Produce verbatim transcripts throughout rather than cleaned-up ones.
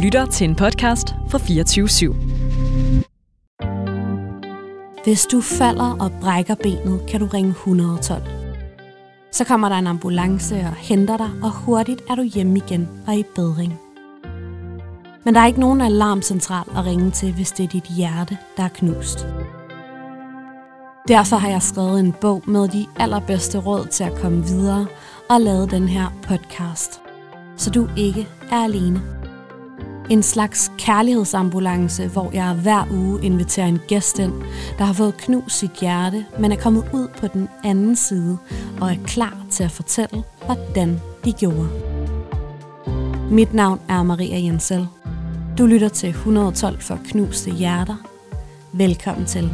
lytter til en podcast fra fireogtyve syv. Hvis du falder og brækker benet, kan du ringe et et to. Så kommer der en ambulance og henter dig, og hurtigt er du hjemme igen og i bedring. Men der er ikke nogen alarmcentral at ringe til, hvis det er dit hjerte, der er knust. Derfor har jeg skrevet en bog med de allerbedste råd til at komme videre og lavet den her podcast, så du ikke er alene. En slags kærlighedsambulance, hvor jeg hver uge inviterer en gæst ind, der har fået knust sit hjerte, men er kommet ud på den anden side og er klar til at fortælle, hvordan de gjorde. Mit navn er Maria Jensel. Du lytter til et et to for knuste hjerter. Velkommen til.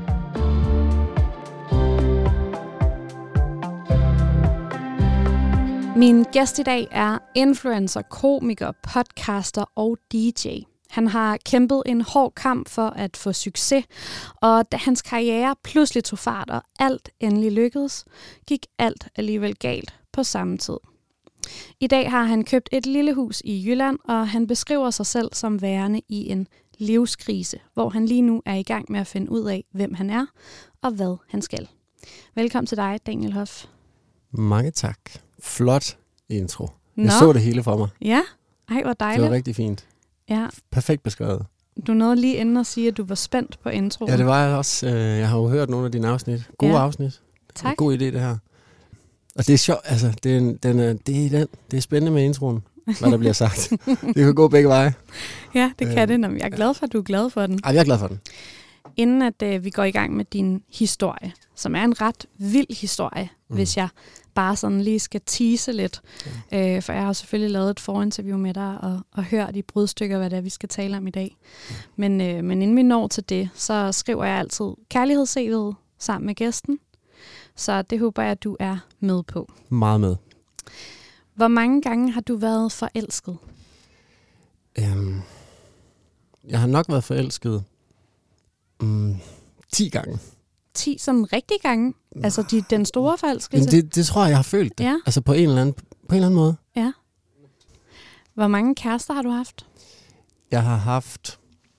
Min gæst i dag er influencer, komiker, podcaster og D J. Han har kæmpet en hård kamp for at få succes, og da hans karriere pludselig tog fart, og alt endelig lykkedes, gik alt alligevel galt på samme tid. I dag har han købt et lille hus i Jylland, og han beskriver sig selv som værende i en livskrise, hvor han lige nu er i gang med at finde ud af, hvem han er og hvad han skal. Velkommen til dig, Daniel Hoff. Mange tak. Flot intro. Nå. Jeg så det hele for mig. Ja, ej, hvor dejligt. Det var rigtig fint. Ja. Perfekt beskrevet. Du nåede lige inden at sige, at du var spændt på introen. Ja, det var jeg også. Jeg har jo hørt nogle af dine afsnit. Gode ja. afsnit. Tak. En god idé, det her. Og det er sjovt, altså, det er, en, den er, det, er den, det er spændende med introen, hvad der bliver sagt. Det kan gå begge veje. Ja, det kan øh, det. Jeg er glad for, at du er glad for den. Ej, jeg er glad for den. Inden at øh, vi går i gang med din historie, som er en ret vild historie, mm. hvis jeg bare sådan lige skal tease lidt. Ja. Øh, for jeg har selvfølgelig lavet et forinterview med dig og, og hørt i brudstykker, hvad det er, vi skal tale om i dag. Ja. Men, øh, men inden vi når til det, så skriver jeg altid kærligheds-C V'et sammen med gæsten. Så det håber jeg, at du er med på. Meget med. Hvor mange gange har du været forelsket? Øhm, jeg har nok været forelsket mm, ti gange. ti sådan rigtig gange? Altså de, den store forelskelse? Men det, det tror jeg, jeg har følt det. Ja. Altså på en, eller anden, på en eller anden måde. Ja. Hvor mange kærester har du haft? Jeg har haft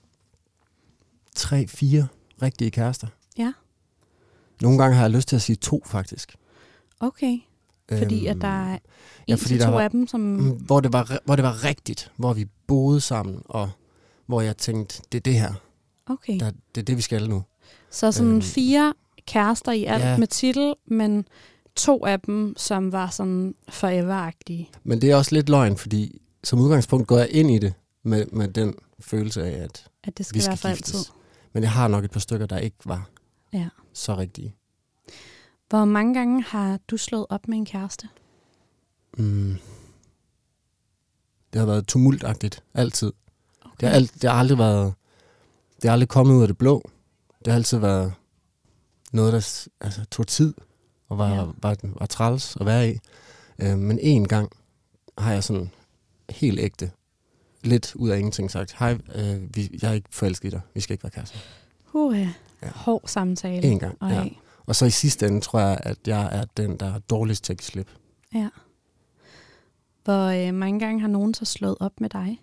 tre, fire rigtige kærester. Ja. Nogle gange har jeg lyst til at sige to, faktisk. Okay. Fordi øhm, at der er en ja, fordi til der to var, af dem, som... Hvor det, var, hvor det var rigtigt. Hvor vi boede sammen, og hvor jeg tænkte, det er det her. Okay. Der, det er det, vi skal nu. Så sådan øhm, fire kærester i alt ja. med titel, men to af dem, som var sådan forever-agtige. Men det er også lidt løgn, fordi som udgangspunkt går jeg ind i det med, med den følelse af, at, at det skal vi skal være for giftes. altid. Men jeg har nok et par stykker, der ikke var ja. så rigtige. Hvor mange gange har du slået op med en kæreste? Mm. Det har været tumultagtigt, altid. Okay. Det, har alt, det har aldrig været... Det har aldrig kommet ud af det blå. Det har altid været noget, der altså, tog tid og var, ja. var, var, var træls at være i. Øh, men en gang har jeg sådan helt ægte, lidt ud af ingenting sagt, hej, øh, vi, jeg er ikke forelsket i dig, vi skal ikke være kærester. Uh, ja. Hård samtale. En gang, og ja. Og så i sidste ende tror jeg, at jeg er den, der er dårligst til at give slip. Ja. Hvor øh, mange gange har nogen så slået op med dig?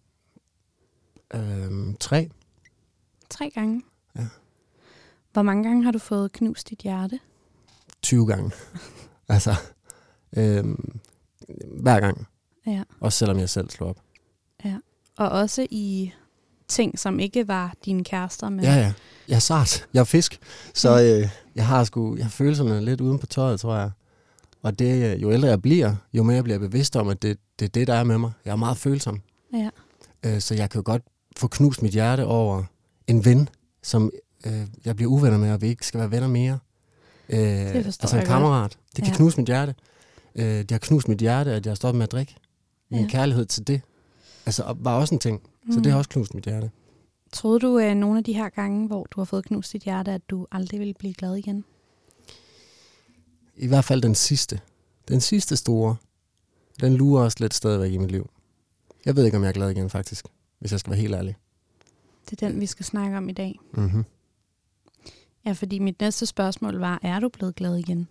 Øhm, tre. Tre gange? Ja. Hvor mange gange har du fået knust dit hjerte? tyve gange. altså, øhm, hver gang. Ja. Også selvom jeg selv slår op. Ja. Og også i ting, som ikke var dine kærester. Men... Ja, ja. Jeg er sart. Jeg er fisk. Så øh, jeg har sgu, jeg har følelserne lidt uden på tøjet, tror jeg. Og det, jo ældre jeg bliver, jo mere jeg bliver bevidst om, at det, det er det, der er med mig. Jeg er meget følsom. Ja. Øh, så jeg kan jo godt få knust mit hjerte over en ven, som øh, jeg bliver uvenner med, og vi ikke skal være venner mere. Øh, det altså en kammerat. Godt. Det kan ja. knuse mit hjerte. Øh, det har knust mit hjerte, at jeg har stoppet med at drikke. Min ja. kærlighed til det altså, var også en ting. Mm. Så det har også knust mit hjerte. Troede du øh, nogle af de her gange, hvor du har fået knust dit hjerte, at du aldrig ville blive glad igen? I hvert fald den sidste. Den sidste store. Den lurer også lidt stadigvæk i mit liv. Jeg ved ikke, om jeg er glad igen, faktisk. Hvis jeg skal være helt ærlig. Det er den, vi skal snakke om i dag. Mm-hmm. Ja, fordi mit næste spørgsmål var, er du blevet glad igen?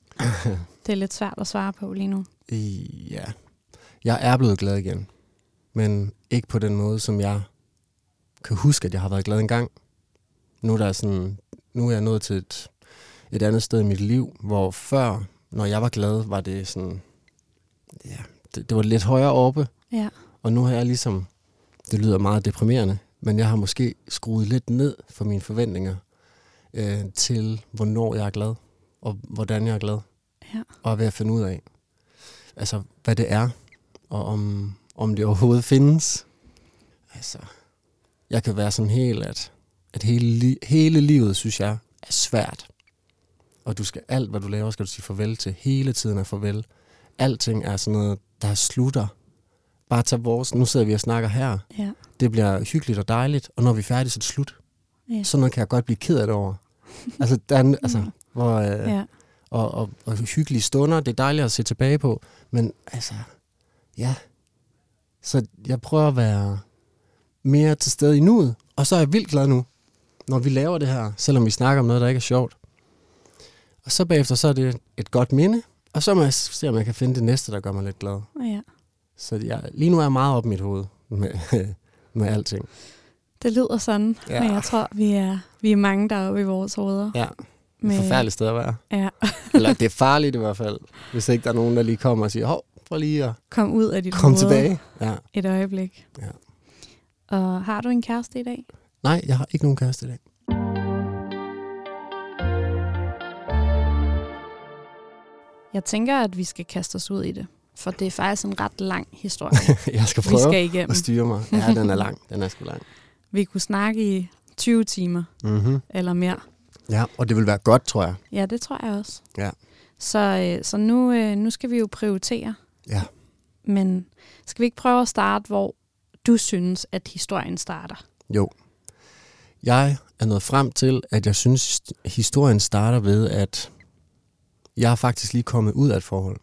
Det er lidt svært at svare på lige nu. Ja. Jeg er blevet glad igen. men ikke på den måde, som jeg kan huske, at jeg har været glad engang. Nu er, der sådan, nu er jeg nået til et, et andet sted i mit liv, hvor før, når jeg var glad, var det sådan, ja, det, det var lidt højere oppe. Ja. Og nu har jeg ligesom, det lyder meget deprimerende, men jeg har måske skruet lidt ned for mine forventninger øh, til, hvornår jeg er glad, og hvordan jeg er glad. Ja. Og er ved at finde ud af, altså, hvad det er, og om, om det overhovedet findes. Altså, jeg kan være sådan helt, at, at hele, hele livet, synes jeg, er svært. Og du skal alt, hvad du laver, skal du sige farvel til. Hele tiden er farvel. Alting er sådan noget, der slutter. Bare tag vores. Nu sidder vi og snakker her. Ja. Det bliver hyggeligt og dejligt, og når vi er færdige, så er det slut. Ja. Sådan noget kan jeg godt blive ked af det over. altså, der er, altså, hvor, øh, Ja. og, og, og hyggelige stunder, det er dejligt at se tilbage på. Men altså, ja. Så jeg prøver at være mere til stede i nuet, og så er jeg vildt glad nu, når vi laver det her, selvom vi snakker om noget, der ikke er sjovt. Og så bagefter, så er det et godt minde, og så må jeg se, om jeg kan finde det næste, der gør mig lidt glad. Ja. Så jeg, lige nu er jeg meget op i mit hoved med, med alting. Det lyder sådan, Ja. men jeg tror, vi er, vi er mange, der er oppe i vores hoveder. Ja, Med- et forfærdeligt sted at være. Ja. Eller det er farligt i hvert fald, hvis ikke der er nogen, der lige kommer og siger, hov, prøv lige at Kom ud af dit komme hoved tilbage. Ja. et øjeblik. Ja. Og har du en kæreste i dag? Nej, jeg har ikke nogen kæreste i dag. Jeg tænker, at vi skal kaste os ud i det, for det er faktisk en ret lang historie, Jeg skal vi prøve skal igennem. at styre mig. Ja, den er lang. Den er sgu lang. Vi kunne snakke i tyve timer Mm-hmm. eller mere. Ja, og det vil være godt, tror jeg. Ja, det tror jeg også. Ja. Så, øh, så nu, øh, nu skal vi jo prioritere. Ja. Men skal vi ikke prøve at starte, hvor du synes, at historien starter? Jo. Jeg er nået frem til, at jeg synes, historien starter ved, at jeg er faktisk lige kommet ud af et forhold.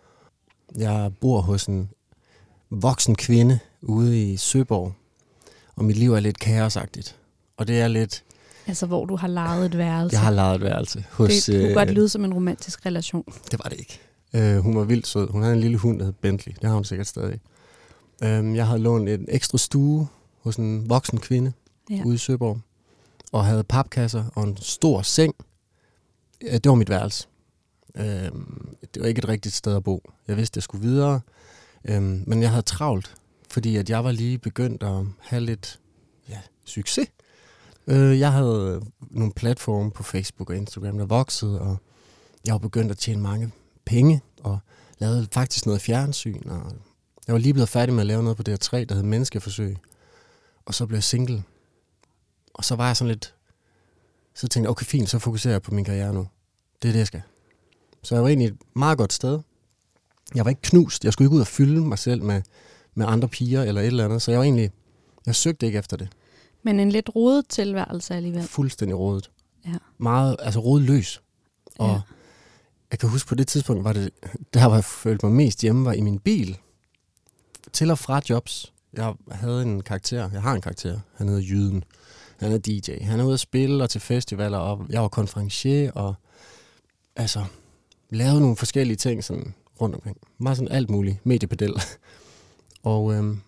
Jeg bor hos en voksen kvinde ude i Søborg, og mit liv er lidt kaosagtigt. Og det er lidt... Altså, hvor du har lejet et værelse. Jeg har lejet et værelse hos... Det kunne øh, godt lyde som en romantisk relation. Det var det ikke. Øh, hun var vildt sød. Hun havde en lille hund, der hed Bentley. Det har hun sikkert stadig. Øh, jeg havde lånt en ekstra stue hos en voksen kvinde Ja. ude i Søborg, og havde papkasser og en stor seng. Øh, det var mit værelse. Øh, det var ikke et rigtigt sted at bo. Jeg vidste, jeg skulle videre, øh, men jeg havde travlt, fordi at jeg var lige begyndt at have lidt ja, succes. Øh, jeg havde nogle platforme på Facebook og Instagram, der voksede, og jeg var begyndt at tjene mange penge, og lavede faktisk noget fjernsyn, og jeg var lige blevet færdig med at lave noget på D R tre, der hed Menneskeforsøg, og så blev jeg single. Og så var jeg sådan lidt, så tænkte jeg, okay fint, så fokuserer jeg på min karriere nu. Det er det, jeg skal. Så jeg var egentlig et meget godt sted. Jeg var ikke knust, jeg skulle ikke ud og fylde mig selv med, med andre piger eller et eller andet, så jeg var egentlig, jeg søgte ikke efter det. Men en lidt rodet tilværelse alligevel. Fuldstændig rodet. Ja. Meget, altså rodløs. Og Ja. jeg kan huske på det tidspunkt, var det, der hvor jeg følte mig mest hjemme, var i min bil. Til og fra jobs. Jeg havde en karakter, jeg har en karakter, han hedder Jyden. Han er D J. Han er ude at spille og til festivaler, og jeg var konferencier, og altså lavede nogle forskellige ting sådan rundt omkring. Meget sådan alt muligt, mediepedel. Og øhm,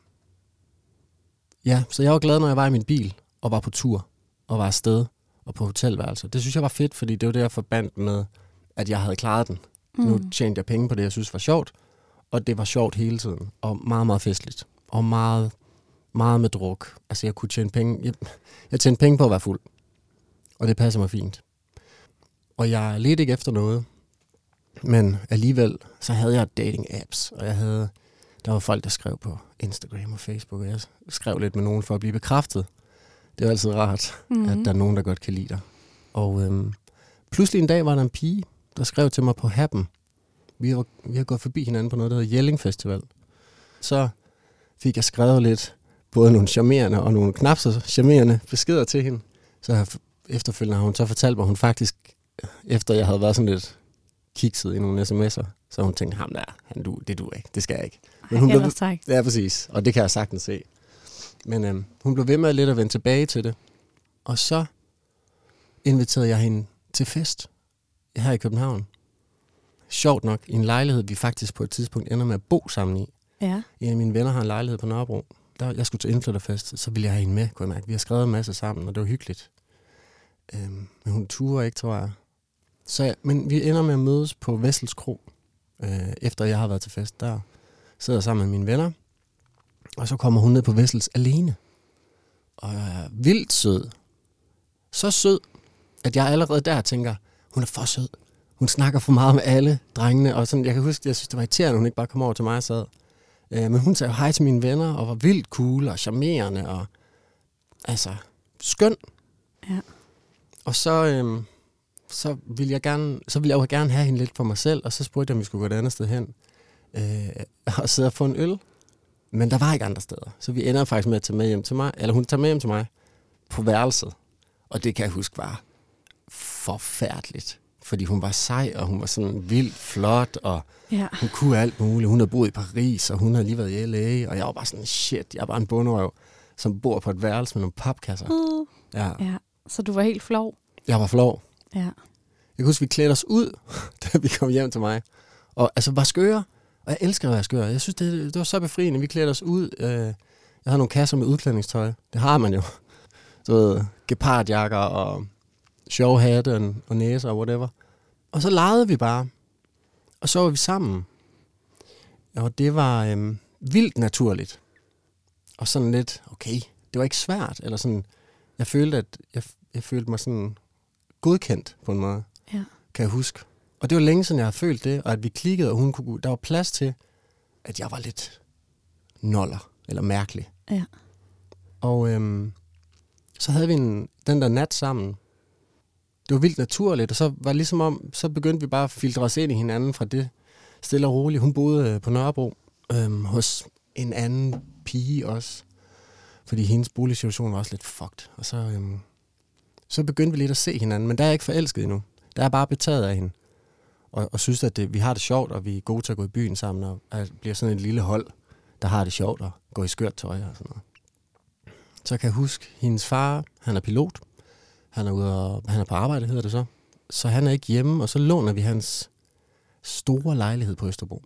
ja, så jeg var glad, når jeg var i min bil, og var på tur, og var afsted, og på hotelværelser. Det synes jeg var fedt, fordi det var det, jeg forbandt med, at jeg havde klaret den. Mm. Nu tjente jeg penge på det, jeg synes var sjovt, og det var sjovt hele tiden, og meget, meget festligt, og meget, meget med druk. Altså, jeg kunne tjene penge, jeg, jeg tjente penge på at være fuld, og det passer mig fint. Og jeg ledte ikke efter noget, men alligevel, så havde jeg dating-apps, og jeg havde, der var folk, der skrev på Instagram og Facebook, og jeg skrev lidt med nogen for at blive bekræftet. Det er altid rart, mm-hmm. at der er nogen, der godt kan lide dig. Og øhm, pludselig en dag var der en pige, der skrev til mig på Happen. Vi har, vi har gået forbi hinanden på noget, der hedder Jelling Festival. Så fik jeg skrevet lidt, både nogle charmerende og nogle knap så charmerende beskeder til hende. Så jeg, efterfølgende har hun så fortalt mig, hun faktisk, efter jeg havde været sådan lidt kikset i nogle sms'er, så hun tænkte, ham der, han du, det du ikke, det skal jeg ikke. Men hun Ellers tak. Ja, præcis. Og det kan jeg sagtens se. Men øhm, hun blev ved med lidt at vende tilbage til det. Og så inviterede jeg hende til fest her i København. Sjovt nok, i en lejlighed, vi faktisk på et tidspunkt ender med at bo sammen i. Ja. En af mine venner har en lejlighed på Nørrebro. der, jeg skulle til indflytterfest, så ville jeg have hende med, kunne jeg mærke. Vi har skrevet en masse sammen, og det var hyggeligt. Øhm, men hun turer ikke, tror jeg. Så ja, men vi ender med at mødes på Vessels Kro, øh, efter jeg har været til fest der. Sidder sammen med mine venner, og så kommer hun ned på Vessels alene. Og er vildt sød. Så sød, at jeg allerede der tænker, hun er for sød. Hun snakker for meget med alle drengene, og sådan, jeg kan huske, jeg synes, det var irriterende, at hun ikke bare kom over til mig og sad. Øh, men hun sagde hej til mine venner, og var vildt cool og charmerende, og altså, skøn. Ja. Og så, øhm, så ville jeg gerne, så ville jeg jo gerne have hende lidt for mig selv, og så spurgte jeg, om vi skulle gå et andet sted hen, øh, og sidde og få en øl. Men der var ikke andre steder, så vi ender faktisk med at tage med hjem til mig, eller hun tager med hjem til mig, på værelset. Og det kan jeg huske var forfærdeligt. Fordi hun var sej, og hun var sådan vildt flot, og ja. Hun kunne alt muligt. Hun havde boet i Paris, og hun havde lige været i L A, og jeg var bare sådan, shit, jeg er bare en bonderøv, som bor på et værelse med nogle papkasser. Uh. Ja. ja. Så du var helt flov? Jeg var flov. Ja. Jeg kan huske, vi klædte os ud, da vi kom hjem til mig. Og altså, var skøre. Og jeg elsker at være skør. Jeg synes, det, det var så befriende. Vi klædte os ud. Øh, jeg havde nogle kasser med udklædningstøj. Det har man jo. Så ved, gepardjakker og sjove hatte og, og næser og whatever. Og så legede vi bare. Og så var vi sammen. Og det var øh, vildt naturligt. Og sådan lidt, okay, det var ikke svært. Eller sådan, jeg følte, at jeg, jeg følte mig sådan godkendt på en måde. Ja. Kan jeg huske. Og det var længe siden, jeg havde følt det, og at vi klikkede, og hun kunne, der var plads til, at jeg var lidt noller, eller mærkelig. Ja. Og øhm, så havde vi en, den der nat sammen. Det var vildt naturligt, og så var ligesom om, så begyndte vi bare at filtre os ind i hinanden fra det stille og roligt. Hun boede øh, på Nørrebro øhm, hos en anden pige også, fordi hendes boligsituation var også lidt fucked. Og så, øhm, så begyndte vi lidt at se hinanden, men der er jeg ikke forelsket endnu. Der er jeg bare betaget af hende. Og, og synes, at det, vi har det sjovt, og vi er gode til at gå i byen sammen, og at bliver sådan et lille hold, der har det sjovt, og går i skørt tøj og sådan noget. Så kan jeg huske, hendes far, han er pilot, han er ude og, han er på arbejde, hedder det så, så han er ikke hjemme, og så låner vi hans store lejlighed på Østerbro.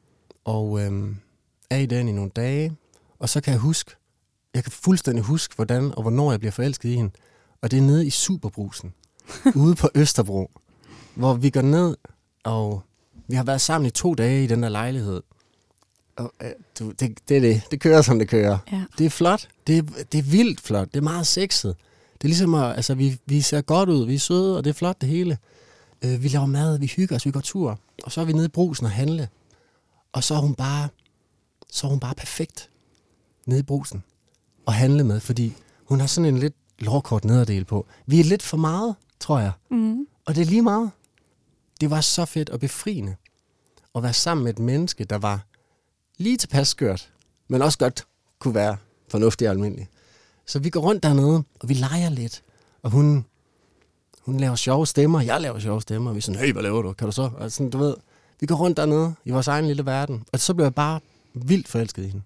Og øhm, er i den i nogle dage, og så kan jeg huske, jeg kan fuldstændig huske, hvordan og hvornår jeg bliver forelsket i hende, og det er nede i Superbrusen, ude på Østerbro, hvor vi går ned, og vi har været sammen i to dage i den der lejlighed. Og, øh, du, det, det er det. Det kører, som det kører. Ja. Det er flot. Det er, det er vildt flot. Det er meget sexet. Det er ligesom, at, altså, vi, vi ser godt ud, vi er søde, og det er flot det hele. Øh, vi laver mad, vi hygger os, vi går tur. Og så er vi nede i Brugsen og handle. Og så er hun bare, så er hun bare perfekt nede i Brugsen og handle med, fordi hun har sådan en lidt lårkort nederdel på. Vi er lidt for meget, tror jeg. Mm. Og det er lige meget. Det var så fedt og befriende at være sammen med et menneske, der var lige tilpas skørt, men også godt kunne være fornuftig og almindelig. Så vi går rundt dernede, og vi leger lidt. Og hun, hun laver sjove stemmer, jeg laver sjove stemmer. Og vi er sådan, hey, hvad laver du? Kan du så? Og sådan, du ved, vi går rundt dernede i vores egen lille verden. Og så blev jeg bare vildt forelsket i hende.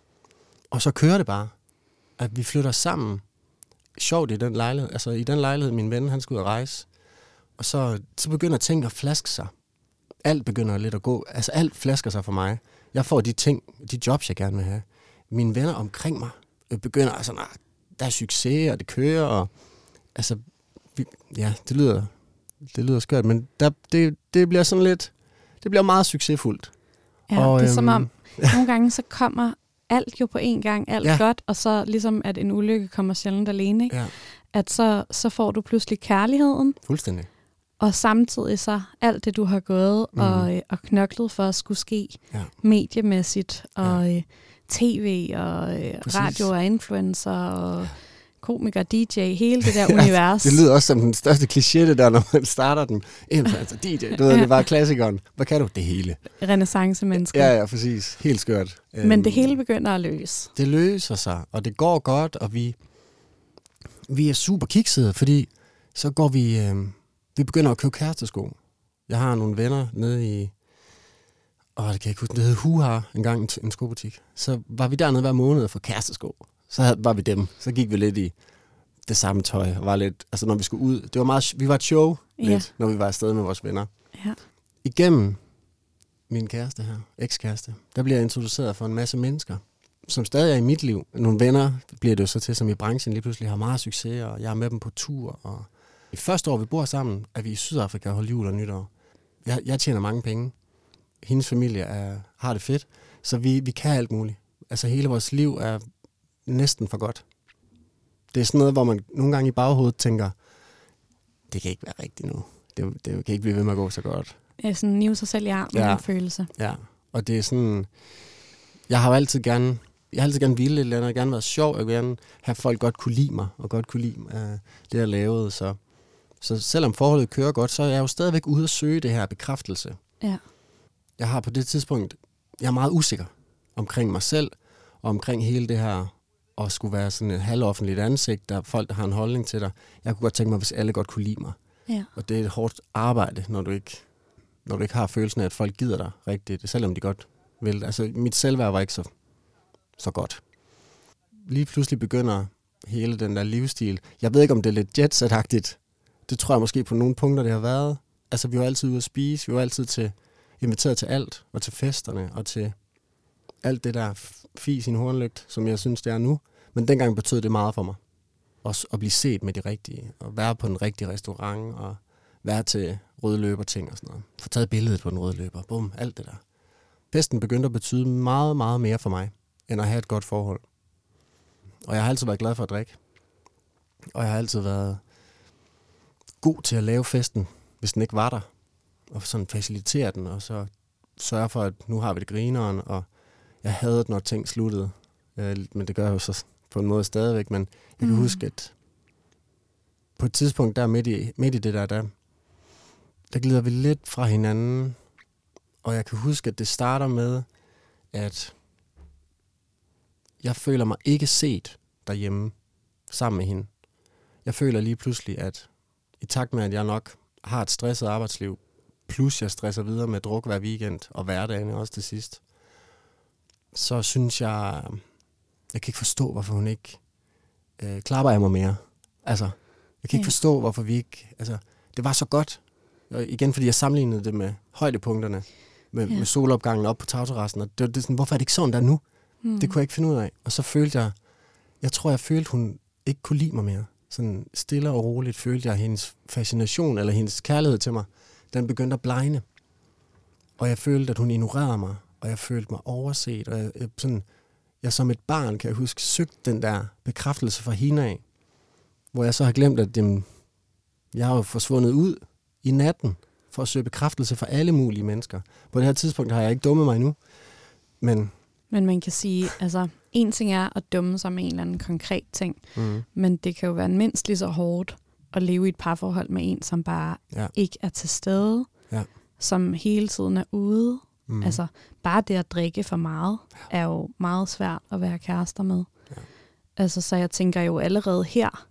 Og så kører det bare, at vi flytter sammen. Sjovt i den lejlighed. Altså i den lejlighed, min ven, han skulle ud og rejse. Og så, så begynder ting at flaske sig. Alt begynder lidt at gå. Altså alt flasker sig for mig. Jeg får de ting, de jobs, jeg gerne vil have. Mine venner omkring mig begynder altså, nah, der er succes, og det kører, og altså, vi, ja, det lyder, det lyder skørt, men der, det, det bliver sådan lidt, det bliver meget succesfuldt. Ja, og, det er øhm, som om, nogle gange så kommer alt jo på én gang, alt ja. godt, og så ligesom, at en ulykke kommer sjældent alene, ikke? Ja. At så, så får du pludselig kærligheden, Fuldstændig. og samtidig så alt det, du har gået mm. og, øh, og knoklet for at skulle ske Ja. mediemæssigt, og Ja. øh, tv, og øh, radio og influencer, og komiker, D J, hele det der univers. Det lyder også som den største kliché, det der, når man starter den. Influencer, D J, du ved, det var klassikeren. Hvad kan du? Det hele. Renæssance-mennesker. Ja, ja, præcis. Helt skørt. Men det hele begynder at løse. Det løser sig, og det går godt, og vi, vi er super kiksede, fordi så går vi, øh, vi begynder at købe kærestesko. Jeg har nogle venner nede i, åh, det kan jeg ikke huske, det hed Huha engang, en, en skobutik. Så var vi dernede hver måned for kærestesko. Så havde, var vi dem. Så gik vi lidt i det samme tøj, og var lidt, altså når vi skulle ud, det var meget, vi var et show Ja. lidt, når vi var afsted med vores venner. Ja. Igennem min kæreste her, ekskæreste, der bliver jeg introduceret for en masse mennesker, som stadig er i mit liv. Nogle venner bliver det jo så til, som i branchen lige pludselig har meget succes, og jeg er med dem på tur. Og i første år, vi bor sammen, er vi i Sydafrika og holder jul og nytår. Jeg, jeg tjener mange penge. Hendes familie er, har det fedt, så vi, vi kan alt muligt. Altså hele vores liv er næsten for godt. Det er sådan noget, hvor man nogle gange i baghovedet tænker, det kan ikke være rigtigt nu. Det, det kan ikke blive ved med at gå så godt. Ja, sådan nive sig selv i armen med ja. en følelse. Ja, og det er sådan, jeg har jo altid gerne, jeg har altid gerne ville et eller andet, jeg har gerne været sjov, jeg vil gerne have folk godt kunne lide mig, og godt kunne lide uh, det, jeg lavede. Så, så selvom forholdet kører godt, så er jeg jo stadigvæk ude at søge det her bekræftelse. Ja. Jeg har på det tidspunkt, jeg er meget usikker omkring mig selv, og omkring hele det her, at skulle være sådan et halvoffentligt ansigt, der er folk, der har en holdning til dig. Jeg kunne godt tænke mig, hvis alle godt kunne lide mig. Ja. Og det er et hårdt arbejde, når du ikke, når du ikke har følelsen af, at folk gider dig rigtigt, selvom de godt vil. Altså, mit selvværd var ikke så, så godt. Lige pludselig begynder hele den der livsstil. Jeg ved ikke, om det er lidt jetset-agtigt. Det tror jeg måske på nogle punkter, det har været. Altså, vi var altid ude at spise, vi var altid til, inviteret til alt, og til festerne, og til alt det der fis i en hornlygt, som jeg synes, det er nu. Men dengang betød det meget for mig. Også at blive set med de rigtige, og være på den rigtige restaurant, og være til rødløber ting og sådan noget. Få taget billedet på den røde løber, bum, alt det der. Festen begyndte at betyde meget, meget mere for mig, end at have et godt forhold. Og jeg har altid været glad for at drikke. Og jeg har altid været god til at lave festen, hvis den ikke var der. Og sådan facilitere den, og så sørge for, at nu har vi det grineren, og jeg havde når ting sluttede. Men det gør jeg jo så på en måde stadigvæk, men jeg kan mm. huske, at på et tidspunkt der midt i, midt i det der, der, der glider vi lidt fra hinanden, og jeg kan huske, at det starter med, at jeg føler mig ikke set derhjemme sammen med hende. Jeg føler lige pludselig, at i takt med, at jeg nok har et stresset arbejdsliv, plus jeg stresser videre med druk hver weekend, og hverdagen også til sidst, så synes jeg, jeg kan ikke forstå, hvorfor hun ikke øh, klapper af mig mere. Altså, jeg kan ikke ja. forstå, hvorfor vi ikke, altså, det var så godt. Og igen, fordi jeg sammenlignede det med højdepunkterne, med, ja. med solopgangen op på tagterrassen, og det, det er sådan, hvorfor er det ikke sådan der nu? Mm. Det kunne jeg ikke finde ud af. Og så følte jeg, jeg tror, jeg følte, hun ikke kunne lide mig mere. Sådan stille og roligt følte jeg, hendes fascination, eller hendes kærlighed til mig, den begyndte at blegne. Og jeg følte, at hun ignorerede mig, og jeg følte mig overset, og jeg, jeg, sådan, jeg som et barn, kan jeg huske, søgte den der bekræftelse fra hende af, hvor jeg så har glemt, at dem, jeg har jo forsvundet ud i natten, for at søge bekræftelse fra alle mulige mennesker. På det her tidspunkt har jeg ikke dummet mig endnu, men... Men man kan sige, altså, en ting er at dumme sig med en eller anden konkret ting, mm. men det kan jo være mindst lige så hårdt at leve i et parforhold med en, som bare ja. ikke er til stede, ja. som hele tiden er ude. Mm. Altså, bare det at drikke for meget, er jo meget svært at være kærester med. Ja. Altså, så jeg tænker jo allerede her,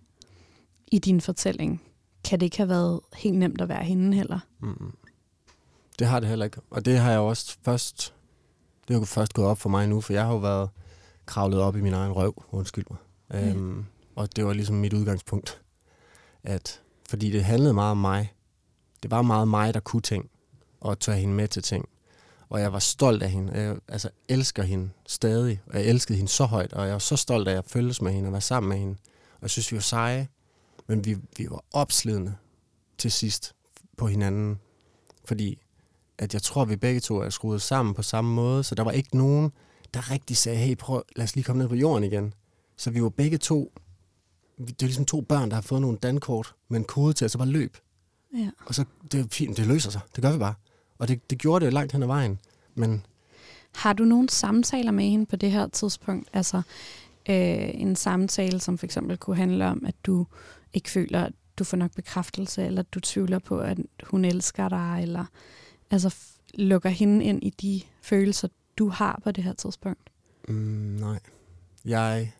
i din fortælling, kan det ikke have været helt nemt at være hende heller. Mm. Det har det heller ikke. Og det har jeg også først, det er jo først gået op for mig nu, for jeg har jo været kravlet op i min egen røv, undskyld mig. Mm. Øhm, og det var ligesom mit udgangspunkt. At, fordi det handlede meget om mig. Det var meget mig, der kunne ting, og tør hende med til ting. Og jeg var stolt af hende. Jeg altså, elsker hende stadig, og jeg elskede hende så højt, og jeg var så stolt af at følges med hende og være sammen med hende. Og jeg synes, vi var seje, men vi, vi var opslidende til sidst på hinanden. Fordi at jeg tror, at vi begge to er skruet sammen på samme måde, så der var ikke nogen, der rigtig sagde, hey, prøv, lad os lige komme ned på jorden igen. Så vi var begge to, det er ligesom to børn, der har fået nogle dankort med en kode til, og så bare løb. Ja. Og så, det er fint, det løser sig, det gør vi bare. Og det, det gjorde det langt hen ad vejen. Men har du nogle samtaler med hende på det her tidspunkt? Altså øh, en samtale, som for eksempel kunne handle om, at du ikke føler, at du får nok bekræftelse, eller at du tvivler på, at hun elsker dig, eller altså f- lukker hende ind i de følelser, du har på det her tidspunkt? Mm, nej. Jeg,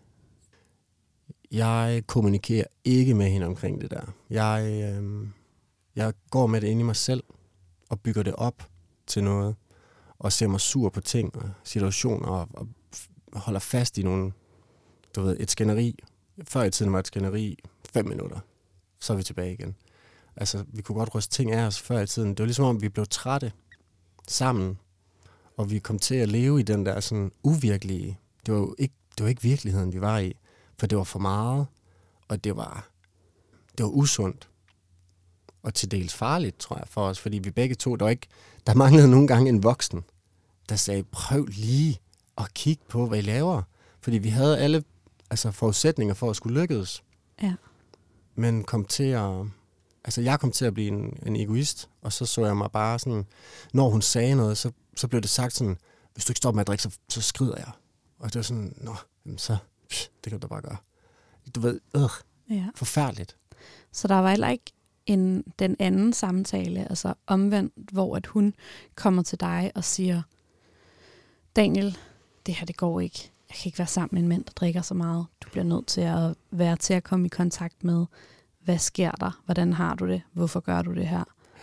jeg kommunikerer ikke med hende omkring det der. Jeg, øh, jeg går med det inde i mig selv, og bygger det op til noget, og ser mig sur på ting og situationer, og, og holder fast i nogle, du ved, et skænderi. Før i tiden var et skænderi fem minutter, så er vi tilbage igen. Altså, vi kunne godt ryste ting af os før i tiden. Det var ligesom om, vi blev trætte sammen, og vi kom til at leve i den der sådan uvirkelige, det det var jo ikke, det var ikke virkeligheden, vi var i. For det var for meget, og det var, det var usundt. Og til dels farligt, tror jeg, for os. Fordi vi begge to, der var ikke, der manglede nogle gange en voksen, der sagde, prøv lige at kigge på, hvad I laver. Fordi vi havde alle altså, forudsætninger for at skulle lykkes. Ja. Men kom til at... Altså, jeg kom til at blive en, en egoist, og så så jeg mig bare sådan... Når hun sagde noget, så, så blev det sagt sådan, hvis du ikke stopper med at drikke, så, så skrider jeg. Og det var sådan, nå, så pff, det kan du da bare gøre. Du ved, øh, ja. Forfærdeligt. Så der var heller ikke en, den anden samtale, altså omvendt, hvor at hun kommer til dig og siger, Daniel, det her det går ikke. Jeg kan ikke være sammen med en mand, der drikker så meget. Du bliver nødt til at være til at komme i kontakt med, hvad sker der? Hvordan har du det? Hvorfor gør du det her?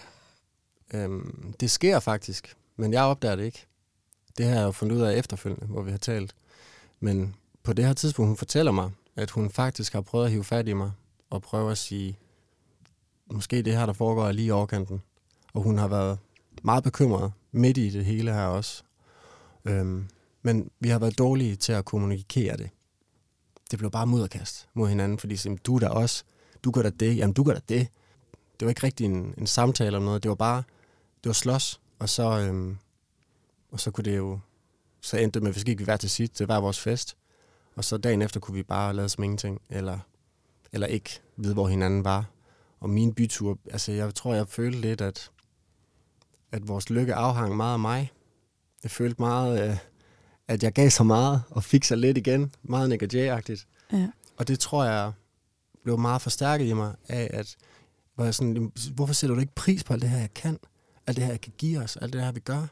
Øhm, det sker faktisk, men jeg opdager det ikke. Det har jeg jo fundet ud af efterfølgende, hvor vi har talt. Men på det her tidspunkt, hun fortæller mig, at hun faktisk har prøvet at hive fat i mig, og prøve at sige, måske det her, der foregår, er lige i overkanten. Og hun har været meget bekymret midt i det hele her også. Øhm, men vi har været dårlige til at kommunikere det. Det blev bare mudderkast mod hinanden, fordi så, du er der også, du gør da det, jamen du gør da det. Det var ikke rigtig en, en samtale om noget, det var bare, det var slås, og så, øhm, og så kunne det jo, så endte det med, hvis ikke vi var til sit, det var vores fest, og så dagen efter kunne vi bare lade som ingenting, eller, eller ikke vide, hvor hinanden var. Og min bytur, altså jeg tror, jeg følte lidt, at, at vores lykke afhang meget af mig. Jeg følte meget, øh, at jeg gav så meget, og fik så lidt igen, meget Nick og Jay-agtigt. Ja. Og det tror jeg blev meget forstærket i mig af, at var jeg sådan, hvorfor sætter du ikke pris på alt det her, jeg kan? Alt det her, jeg kan give os, alt det her, vi gør.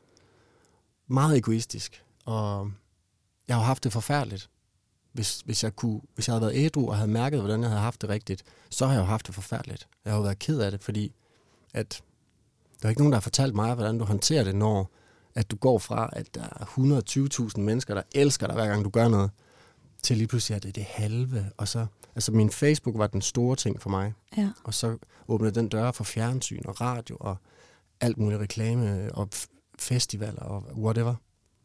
Meget egoistisk. Og jeg har haft det forfærdeligt. Hvis, hvis, jeg kunne, hvis jeg havde været ædru og havde mærket, hvordan jeg havde haft det rigtigt, så har jeg jo haft det forfærdeligt. Jeg har jo været ked af det, fordi at der er ikke nogen, der har fortalt mig, hvordan du håndterer det, når at du går fra, at der er et hundrede og tyve tusind mennesker, der elsker dig, hver gang du gør noget, til lige pludselig, at det er det halve. Og så, altså min Facebook var den store ting for mig. Ja. Og så åbnede den dør for fjernsyn og radio og alt muligt reklame og f- festivaler og whatever.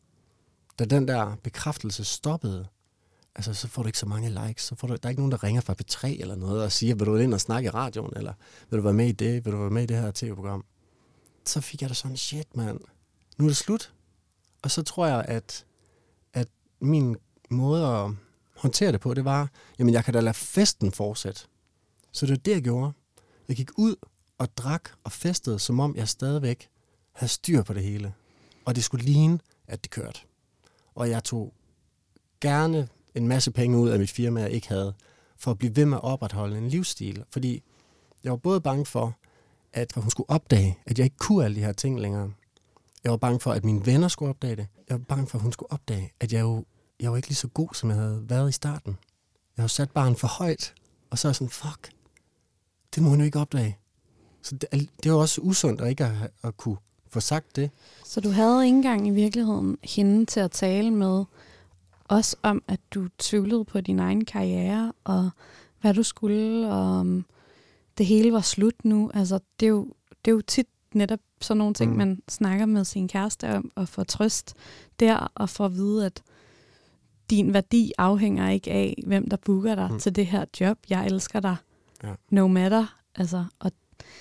Da den der bekræftelse stoppede, altså så får du ikke så mange likes, så får du, der er ikke nogen, der ringer fra P tre eller noget og siger, vil du ind og snakke i radioen, eller vil du være med i det, vil du være med i det her tv-program. Så fik jeg da sådan, shit mand, nu er det slut. Og så tror jeg, at, at min måde at håndtere det på, det var, jamen jeg kan da lade festen fortsætte. Så det var det, jeg gjorde. Jeg gik ud og drak og festede, som om jeg stadigvæk havde styr på det hele. Og det skulle ligne, at det kørte. Og jeg tog gerne en masse penge ud af mit firma, jeg ikke havde, for at blive ved med at opretholde en livsstil. Fordi jeg var både bange for, at hun skulle opdage, at jeg ikke kunne alle de her ting længere. Jeg var bange for, at mine venner skulle opdage det. Jeg var bange for, at hun skulle opdage, at jeg jo jeg var ikke lige så god, som jeg havde været i starten. Jeg havde sat barren for højt, og så er jeg sådan, fuck, det må hun jo ikke opdage. Så det, det var også usundt at ikke at, at kunne få sagt det. Så du havde ikke engang i virkeligheden hende til at tale med, også om, at du tvivlede på din egen karriere, og hvad du skulle, og um, det hele var slut nu. Altså, det er jo, det er jo tit netop sådan nogle ting, mm. man snakker med sin kæreste om, og får trøst der, og får at vide, at din værdi afhænger ikke af, hvem der booker dig mm. til det her job. Jeg elsker dig. Ja. No matter. Altså, og,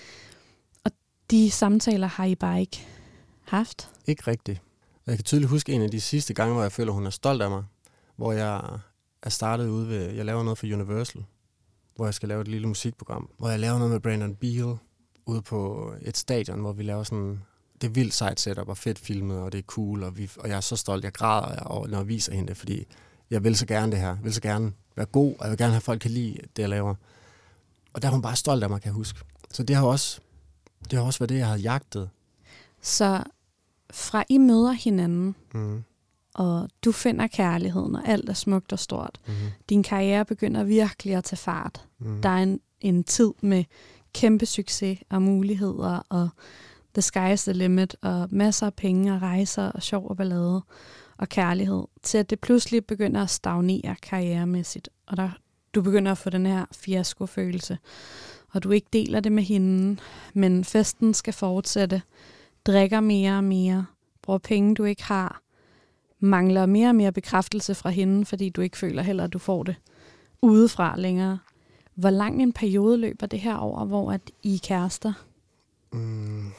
og de samtaler har I bare ikke haft? Ikke rigtigt. Jeg kan tydeligt huske en af de sidste gange, hvor jeg føler, hun er stolt af mig. Hvor jeg er startet ude ved, jeg laver noget for Universal, hvor jeg skal lave et lille musikprogram. Hvor jeg laver noget med Brandon Beal ude på et stadion, hvor vi laver sådan, det er vildt sejt setup og fedt filmet, og det er cool, og, vi, og jeg er så stolt, jeg græder, og, når jeg viser hende det, fordi jeg vil så gerne det her. Jeg vil så gerne være god, og jeg vil gerne have, at folk kan lide det, jeg laver. Og der er hun bare stolt af mig, kan jeg huske. Så det har også, det har også været det, jeg havde jagtet. Så fra I møder hinanden, mm. og du finder kærligheden, og alt er smukt og stort. Mm. Din karriere begynder virkelig at tage fart. Mm. Der er en, en tid med kæmpe succes og muligheder, og the sky's the limit, og masser af penge og rejser og sjov og ballade og kærlighed, til at det pludselig begynder at stagnere karrieremæssigt, og der, du begynder at få den her fiaskofølelse, og du ikke deler det med hende, men festen skal fortsætte, drikker mere og mere, bruger penge, du ikke har, mangler mere og mere bekræftelse fra hende, fordi du ikke føler heller, at du får det udefra længere. Hvor lang en periode løber det her over, hvor at I er kærester? Mm.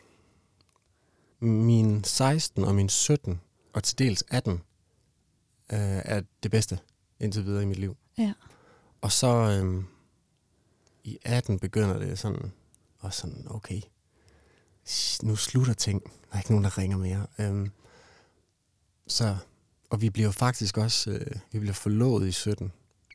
Min seksten og min sytten, og til dels atten, øh, er det bedste indtil videre i mit liv. Ja. Og så øh, i atten begynder det sådan, og sådan, okay, nu slutter ting. Der er ikke nogen, der ringer mere. Øh, så, og vi bliver faktisk også, øh, vi bliver forlovet i sytten.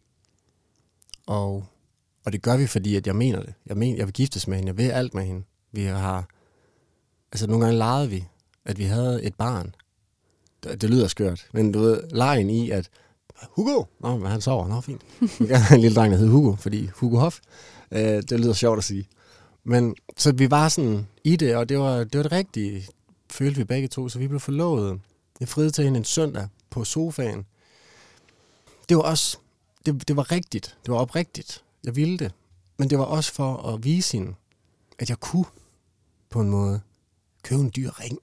Og, og det gør vi, fordi at jeg mener det. Jeg mener, jeg vil giftes med hende. Jeg vil alt med hende. Vi har, altså nogle gange legede vi, at vi havde et barn. Det, det lyder skørt, men du ved, legen i, at Hugo, nå, men han sover, nå fint. Vi kan gerne have en lille dreng, der hed Hugo, fordi Hugo Hoff, øh, det lyder sjovt at sige. Men så vi var sådan i det, og det var det, var det rigtige, følte vi begge to, så vi blev forlovet. Jeg friede til hende en søndag på sofaen. Det var også, det, det var rigtigt, det var oprigtigt. Jeg ville det, men det var også for at vise hende, at jeg kunne på en måde købe en dyr ring.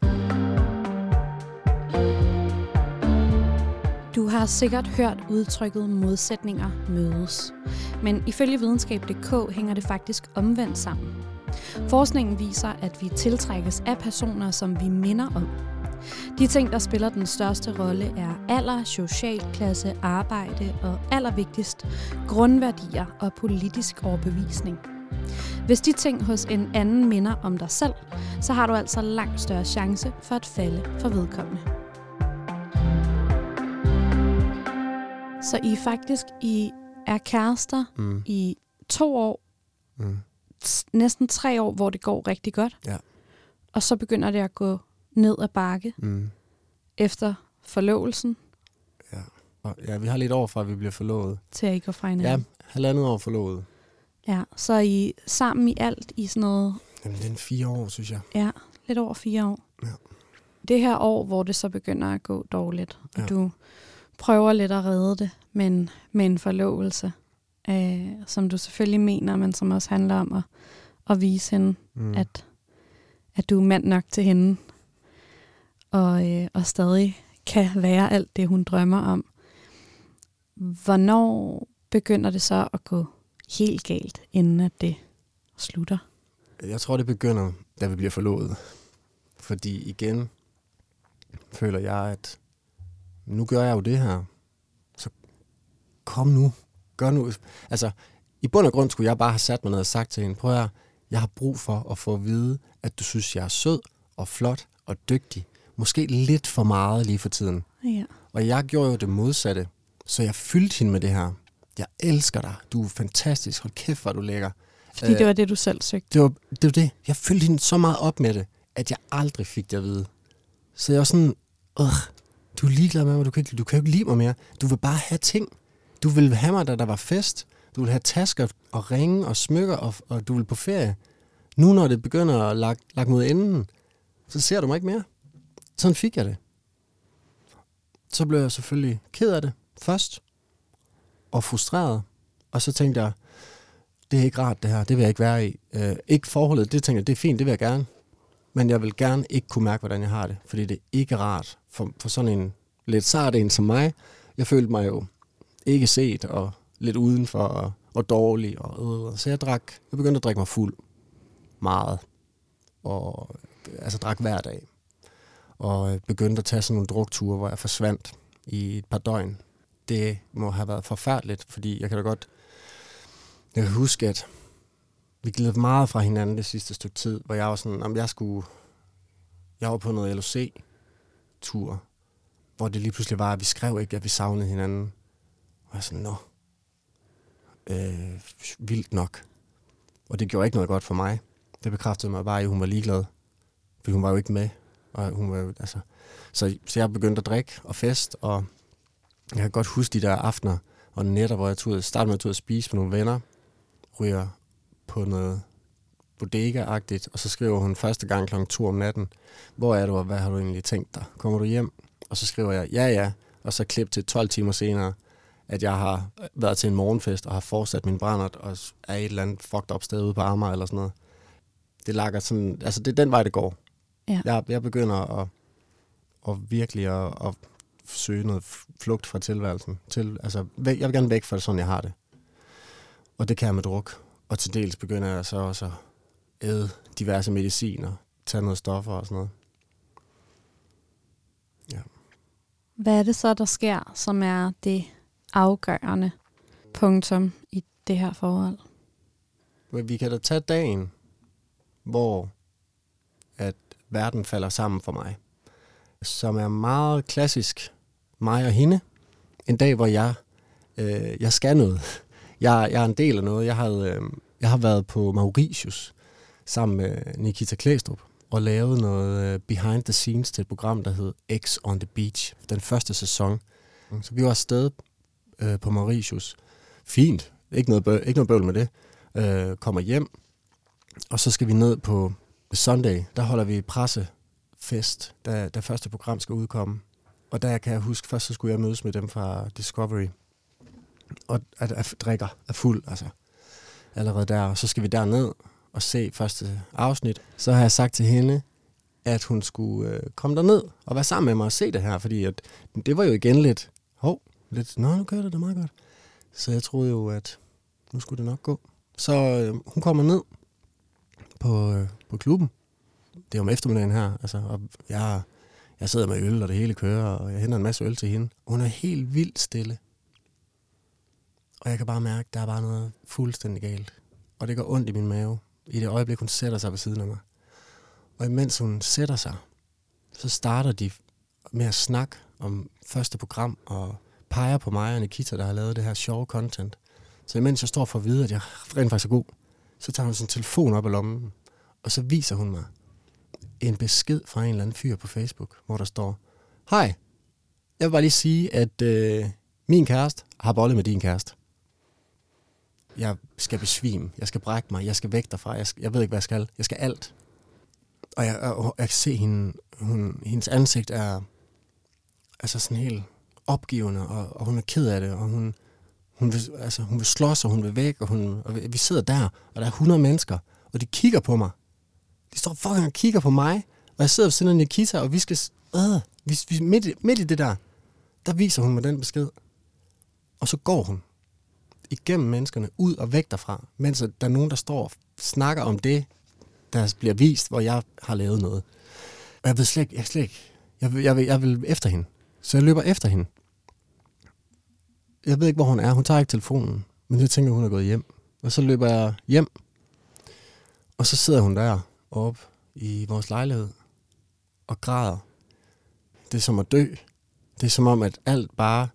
Du har sikkert hørt udtrykket modsætninger mødes. Men ifølge videnskab punktum d k hænger det faktisk omvendt sammen. Forskningen viser, at vi tiltrækkes af personer, som vi minder om. De ting, der spiller den største rolle, er alder, social klasse, arbejde og allervigtigst grundværdier og politisk overbevisning. Hvis de ting hos en anden minder om dig selv, så har du altså langt større chance for at falde for vedkommende. Så I faktisk I er kærester mm. i to år, mm. t- næsten tre år, hvor det går rigtig godt. Ja. Og så begynder det at gå ned ad bakke mm. efter forlovelsen. Ja. Og ja, vi har lidt år fra, at vi bliver forlovet. Til at I går fra hinanden. Ja, halvandet år forlovet. Ja, så er I sammen i alt i sådan noget... Jamen, det er fire år, synes jeg. Ja, lidt over fire år. Ja. Det her år, hvor det så begynder at gå dårligt, og ja. du prøver lidt at redde det med en, med en forlovelse, øh, som du selvfølgelig mener, men som også handler om at, at vise hende, mm. at, at du er mand nok til hende, og, øh, og stadig kan være alt det, hun drømmer om. Hvornår begynder det så at gå helt galt, inden at det slutter? Jeg tror, det begynder, da vi bliver forlovet. Fordi igen føler jeg, at nu gør jeg jo det her. Så kom nu. Gør nu. Altså, i bund og grund skulle jeg bare have sat mig ned og sagt til hende, prøv at jeg har brug for at få at vide, at du synes, jeg er sød og flot og dygtig. Måske lidt for meget lige for tiden. Ja. Og jeg gjorde jo det modsatte. Så jeg fyldte hende med det her. Jeg elsker dig. Du er fantastisk. Hold kæft, hvor du lækker. Fordi det var det, du selv søgte. Det var det. Var det. Jeg fyldte hende så meget op med det, at jeg aldrig fik det at vide. Så jeg var sådan, øh, du er ligeglad med mig, du kan, ikke, du kan jo ikke lide mig mere. Du vil bare have ting. Du vil have mig, da der var fest. Du vil have tasker og ringe og smykker, og, og du vil på ferie. Nu, når det begynder at lage, lage mod enden, så ser du mig ikke mere. Sådan fik jeg det. Så blev jeg selvfølgelig ked af det først, og frustreret. Og så tænkte jeg, det er ikke rart det her, det vil jeg ikke være i. Øh, ikke forholdet, det tænkte jeg, det er fint, det vil jeg gerne. Men jeg vil gerne ikke kunne mærke, hvordan jeg har det, fordi det er ikke rart for, for sådan en lidt sart en som mig. Jeg følte mig jo ikke set og lidt udenfor og, og dårlig. Og, øh, så jeg drak, jeg begyndte at drikke mig fuld meget. Og altså drak hver dag. Og begyndte at tage sådan nogle drukture, hvor jeg forsvandt i et par døgn. Det må have været forfærdeligt, fordi jeg kan da godt... Jeg kan huske, at vi gled meget fra hinanden det sidste stykke tid, hvor jeg var sådan, om jeg skulle... Jeg var på noget L O C-tur, hvor det lige pludselig var, at vi skrev ikke, at vi savnede hinanden. Og jeg sådan, nå, øh, vildt nok. Og det gjorde ikke noget godt for mig. Det bekræftede mig bare, at hun var ligeglad. For hun var jo ikke med. Og hun var jo, altså, så, så jeg begyndte at drikke og fest, og jeg kan godt huske de der aftener og nætter, hvor jeg tog, startede med at tage at spise med nogle venner, ryger på noget bodega-agtigt, og så skriver hun første gang klokken to om natten, hvor er du, og hvad har du egentlig tænkt dig? Kommer du hjem? Og så skriver jeg, ja ja, og så klip til tolv timer senere, at jeg har været til en morgenfest, og har fortsat min brændert, og er et eller andet fucked up sted ude på Amager, eller sådan noget. Det lager sådan, altså det er den vej, det går. Ja. Jeg, jeg begynder at, og virkelig at, at søge noget flugt fra tilværelsen. Til, altså, jeg vil gerne væk fra det, sådan jeg har det. Og det kan jeg med druk. Og til dels begynder jeg så også at æde diverse mediciner, tage noget stoffer og sådan noget. Ja. Hvad er det så, der sker, som er det afgørende punktum i det her forhold? Vi kan da tage dagen, hvor at verden falder sammen for mig. Som er meget klassisk mig og hende. En dag, hvor jeg, øh, jeg skal noget. Jeg, jeg er en del af noget. Jeg, havde, øh, jeg har været på Mauritius sammen med Nikita Klæstrup og lavet noget øh, behind the scenes til et program, der hed X on the Beach. Den første sæson. Så vi var afsted øh, på Mauritius. Fint. Ikke noget, bø- ikke noget bøvl med det. Øh, kommer hjem. Og så skal vi ned på Sunday. Der holder vi pressefest, da, da første program skal udkomme. Og der kan jeg huske, først så skulle jeg mødes med dem fra Discovery. Og at jeg drikker er fuld, altså allerede der. Og så skal vi derned og se første afsnit. Så har jeg sagt til hende, at hun skulle øh, komme derned og være sammen med mig og se det her. Fordi at, det var jo igen lidt, hov, lidt, nå, nu gør det da meget godt. Så jeg troede jo, at nu skulle det nok gå. Så øh, hun kommer ned på, øh, på klubben. Det er om eftermiddagen her, altså, og jeg, jeg sidder med øl, og det hele kører, og jeg henter en masse øl til hende. Hun er helt vildt stille. Og jeg kan bare mærke, at der er bare noget fuldstændig galt. Og det gør ondt i min mave, i det øjeblik, hun sætter sig ved siden af mig. Og imens hun sætter sig, så starter de med at snakke om første program, og peger på mig og Nikita, der har lavet det her sjove content. Så imens jeg står for at vide, at jeg rent faktisk er god, så tager hun sin telefon op af lommen, og så viser hun mig en besked fra en eller anden fyr på Facebook, hvor der står, hej, jeg vil bare lige sige, at øh, min kæreste har bollet med din kæreste. Jeg skal besvime, jeg skal brække mig, jeg skal væk derfra, jeg, skal, jeg ved ikke, hvad jeg skal. Jeg skal alt. Og jeg, og jeg kan se, hende, hun, hendes ansigt er altså sådan helt opgivende, og, og hun er ked af det, og hun, hun, vil, altså, hun vil slås, og hun vil væk, og, hun, og vi sidder der, og der er hundrede mennesker, og de kigger på mig. De står fucking og kigger på mig, og jeg sidder ved siden af Nikita, og vi skal... Øh, vi, vi, midt, i, midt i det der, der viser hun mig den besked. Og så går hun igennem menneskerne, ud og væk derfra, mens der er nogen, der står og snakker om det, der bliver vist, hvor jeg har lavet noget. Og jeg ved slet ikke... Jeg, slet ikke, jeg, vil, jeg, vil, jeg vil efter hende. Så jeg løber efter hende. Jeg ved ikke, hvor hun er. Hun tager ikke telefonen, men jeg tænker, hun er gået hjem. Og så løber jeg hjem, og så sidder hun der oppe i vores lejlighed og græder. Det er som at dø. Det er som om, at alt bare...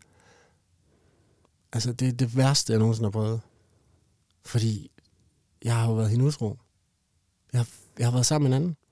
Altså, det er det værste, jeg nogensinde har prøvet. Fordi jeg har jo været hende utro. Jeg har, jeg har været sammen med en anden.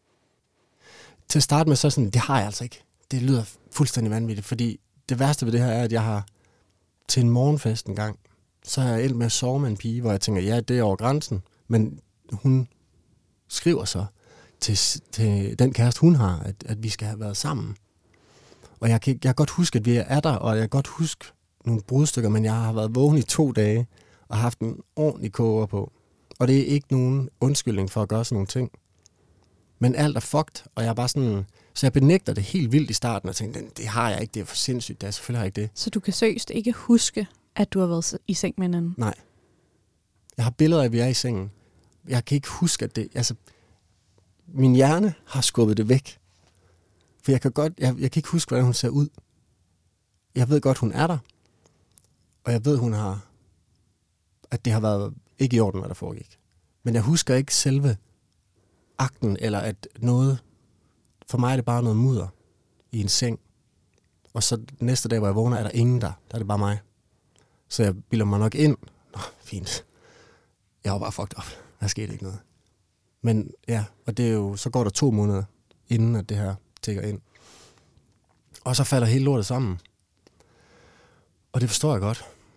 Til at starte med så sådan, det har jeg altså ikke. Det lyder fuldstændig vanvittigt, fordi det værste ved det her er, at jeg har til en morgenfest en gang, så har jeg endt med at sove med en pige, hvor jeg tænker, ja, det er over grænsen, men hun skriver så til, til den kæreste, hun har, at, at vi skal have været sammen. Og jeg kan, jeg kan godt huske, at vi er der, og jeg kan godt huske nogle brudstykker, men jeg har været vågen i to dage, og haft en ordentlig koger på. Og det er ikke nogen undskyldning for at gøre sådan nogle ting. Men alt er fucked, og jeg er bare sådan... Så jeg benægter det helt vildt i starten, og tænker, det har jeg ikke, det er for sindssygt, det er selvfølgelig har jeg ikke det. Så du kan seriøst ikke huske, at du har været i seng med hinanden? Nej. Jeg har billeder af, at vi er i sengen. Jeg kan ikke huske, at det... Altså, min hjerne har skubbet det væk. For jeg kan godt... Jeg, jeg kan ikke huske, hvordan hun ser ud. Jeg ved godt, hun er der. Og jeg ved, hun har... At det har været ikke i orden, hvad der foregik. Men jeg husker ikke selve akten, eller at noget... For mig er det bare noget mudder i en seng. Og så næste dag, hvor jeg vågner, er der ingen der. Der er det bare mig. Så jeg bilder mig nok ind. Nå, fint. Jeg var bare fucked up. Der skete ikke noget. Men ja, og det er jo... Så går der to måneder, inden at det her tækker ind. Og så falder hele lortet sammen. Og det forstår jeg godt.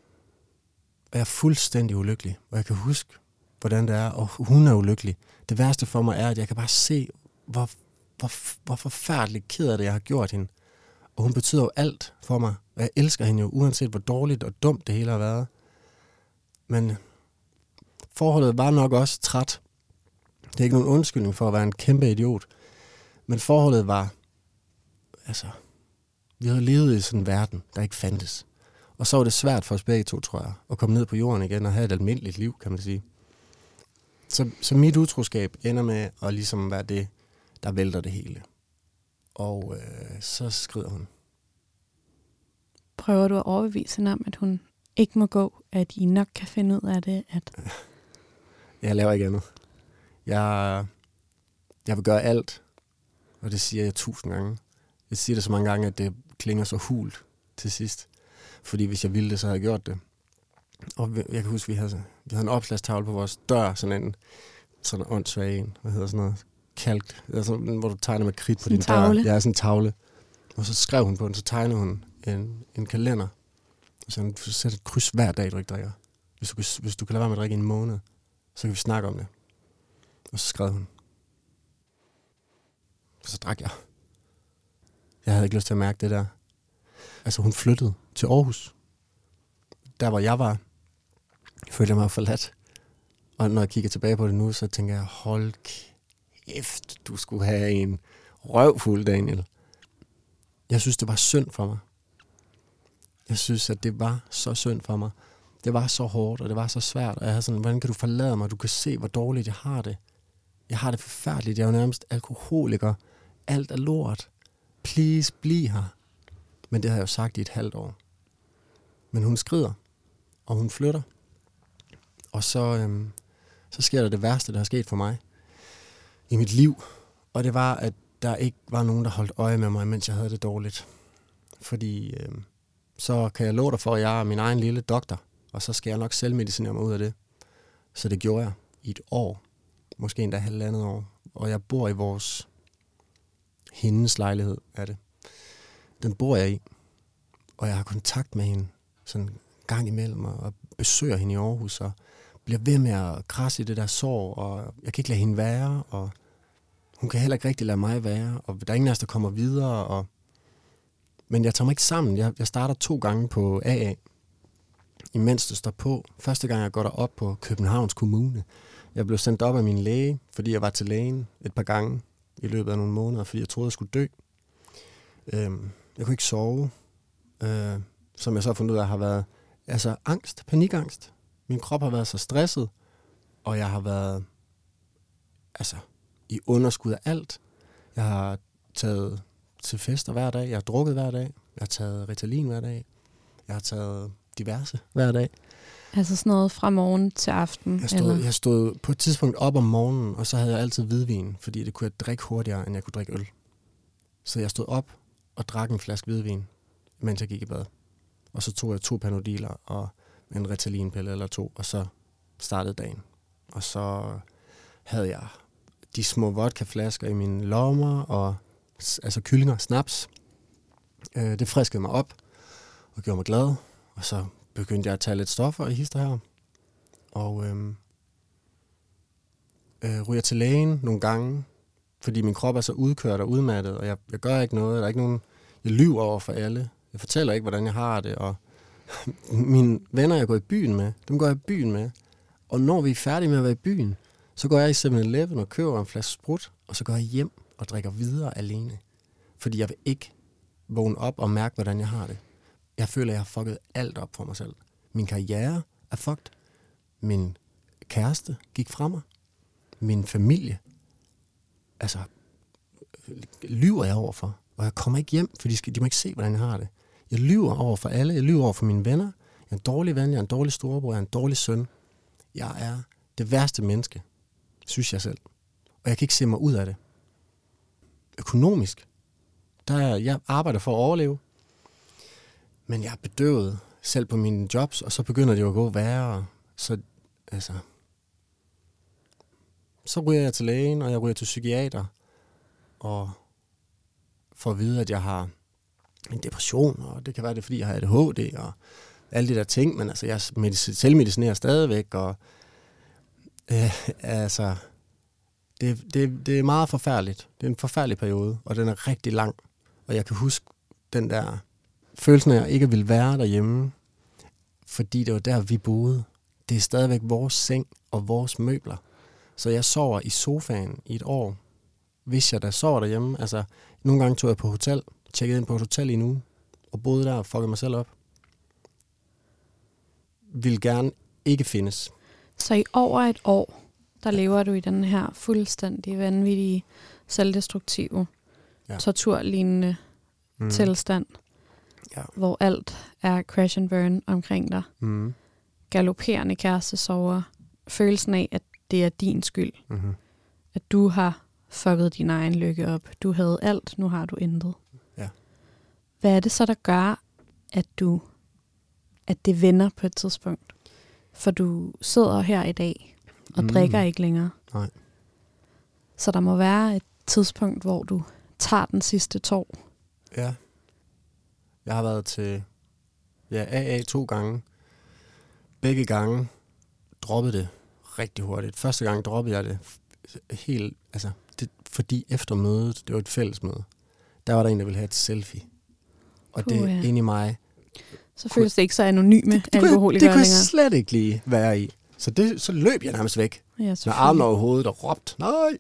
Og jeg er fuldstændig ulykkelig. Og jeg kan huske, hvordan det er. Og hun er ulykkelig. Det værste for mig er, at jeg kan bare se, hvor... Hvor, hvor forfærdeligt ked af det, jeg har gjort hende. Og hun betyder jo alt for mig. Og jeg elsker hende jo, uanset hvor dårligt og dumt det hele har været. Men forholdet var nok også træt. Det er ikke nogen undskyldning for at være en kæmpe idiot. Men forholdet var altså, vi havde levet i sådan en verden, der ikke fandtes. Og så var det svært for os begge to, tror jeg, at komme ned på jorden igen og have et almindeligt liv, kan man sige. Så, så mit utroskab ender med at ligesom være det, der vælter det hele. Og øh, så skrider hun. Prøver du at overbevise hende om, at hun ikke må gå, at I nok kan finde ud af det? At... Jeg laver ikke andet. Jeg, jeg vil gøre alt, og det siger jeg tusind gange. Jeg siger det så mange gange, at det klinger så hult til sidst. Fordi hvis jeg ville det, så havde jeg gjort det. Og jeg kan huske, at vi havde, vi havde en opslagstavle på vores dør, sådan en sådan åndssvag en, hvad hedder sådan noget, kalk, altså, hvor du tegner med kridt på din tavle. dør. Ja, sådan en tavle. Og så skrev hun på den, så tegnede hun en, en kalender. Og så du sætter et kryds hver dag, du ikke drikker. Hvis du, hvis du kan lade være med at drikke i en måned, så kan vi snakke om det. Og så skrev hun. Og så drak jeg. Jeg havde ikke lyst til at mærke det der. Altså, hun flyttede til Aarhus. Der, hvor jeg var, følte jeg mig forladt. Og når jeg kigger tilbage på det nu, så tænker jeg, hold kæft, du skulle have en røvfuld, Daniel. Jeg synes, det var synd for mig. Jeg synes, at det var så synd for mig. Det var så hårdt, og det var så svært. Og jeg havde sådan, hvordan kan du forlade mig? Du kan se, hvor dårligt jeg har det. Jeg har det forfærdeligt. Jeg er jo nærmest alkoholiker. Alt er lort. Please, bliv her. Men det har jeg jo sagt i et halvt år. Men hun skrider, og hun flytter. Og så, øhm, så sker der det værste, der er sket for mig i mit liv. Og det var, at der ikke var nogen, der holdt øje med mig, mens jeg havde det dårligt. Fordi øhm, så kan jeg love dig for, at jeg er min egen lille doktor, og så skal jeg nok selv medicinere mig ud af det. Så det gjorde jeg i et år, måske endda halvandet år. Og jeg bor i vores, hendes lejlighed er det. Den bor jeg i, og jeg har kontakt med hende sådan gang imellem, og besøger hende i Aarhus, og bliver ved med at krasse i det der sår, og jeg kan ikke lade hende være, og hun kan heller ikke rigtig lade mig være, og der er ingen af os, der kommer videre, og men jeg tager mig ikke sammen. Jeg, jeg starter to gange på A A, imens det står på. Første gang, jeg går derop på Københavns Kommune. Jeg blev sendt op af min læge, fordi jeg var til lægen et par gange i løbet af nogle måneder, fordi jeg troede, jeg skulle dø. Øhm, jeg kunne ikke sove, øh, som jeg så har fundet ud af, har været altså angst, panikangst. Min krop har været så stresset, og jeg har været altså i underskud af alt. Jeg har taget til fester hver dag, jeg har drukket hver dag, jeg har taget Ritalin hver dag, jeg har taget diverse hver dag. Altså sådan noget fra morgen til aften? Jeg stod, eller? jeg stod på et tidspunkt op om morgenen, og så havde jeg altid hvidvin, fordi det kunne jeg drikke hurtigere, end jeg kunne drikke øl. Så jeg stod op og drak en flaske hvidvin, mens jeg gik i bad. Og så tog jeg to Panodiler og en Ritalinpille eller to, og så startede dagen. Og så havde jeg de små vodkaflasker i mine lommer, og altså kyllinger, snaps. Øh, det friskede mig op og gjorde mig glad. Og så begyndte jeg at tage lidt stoffer i hister her. Og øhm, øh, ryger til lægen nogle gange, fordi min krop er så udkørt og udmattet, og jeg, jeg gør ikke noget. Der er ikke nogen, jeg lyver over for alle. Jeg fortæller ikke, hvordan jeg har det, og mine venner, jeg går i byen med, dem går jeg i byen med. Og når vi er færdige med at være i byen, så går jeg i seven eleven og køber en flaske sprut, og så går jeg hjem og drikker videre alene. Fordi jeg vil ikke vågne op og mærke, hvordan jeg har det. Jeg føler, jeg har fucket alt op for mig selv. Min karriere er fucked. Min kæreste gik fra mig. Min familie, altså, lyver jeg overfor. Og jeg kommer ikke hjem, for de, skal, de må ikke se, hvordan jeg har det. Jeg lyver over for alle. Jeg lyver over for mine venner. Jeg er en dårlig ven, jeg er en dårlig storebror, jeg er en dårlig søn. Jeg er det værste menneske, synes jeg selv. Og jeg kan ikke se mig ud af det. Økonomisk, der er, jeg arbejder for at overleve. Men jeg er bedøvet selv på mine jobs, og så begynder det jo at gå værre. Så, altså, så ryger jeg til lægen, og jeg ryger til psykiater, og får at vide, at jeg har en depression, og det kan være det, fordi jeg har A D H D, og alle de der ting, men altså, jeg selvmedicinerer stadigvæk, og øh, altså, det, det, det er meget forfærdeligt. Det er en forfærdelig periode, og den er rigtig lang, og jeg kan huske den der følelsen af, at jeg ikke ville være derhjemme, fordi det var der, vi boede. Det er stadigvæk vores seng og vores møbler. Så jeg sover i sofaen i et år, hvis jeg da sover derhjemme. Altså, nogle gange tog jeg på hotel, tjekkede ind på et hotel i en uge, og boede der og fuckede mig selv op. Vil gerne ikke findes. Så i over et år, der lever du i den her fuldstændig vanvittige, selvdestruktive, ja. torturlignende mm. tilstand, ja. hvor alt er crash and burn omkring dig. Mm. Galopperende kærestesorger. Følelsen af, at det er din skyld. Mm-hmm. At du har fucket din egen lykke op. Du havde alt, nu har du intet. Ja. Hvad er det så, der gør, at du at det vender på et tidspunkt? For du sidder her i dag og mm. drikker ikke længere. Nej. Så der må være et tidspunkt, hvor du tager den sidste tår. Ja. Jeg har været til ja, A A to gange. Begge gange droppede det rigtig hurtigt. Første gang droppede jeg det helt, altså, det, fordi efter mødet, det var et fællesmøde, der var der en, der ville have et selfie. Og Puh, det ja. inde i mig... Så føles det ikke så anonyme det, det alkoholikere Det kunne jeg slet ikke lige være i. Så, det, så løb jeg nærmest væk. Ja, med armen over hovedet og råbte, nej!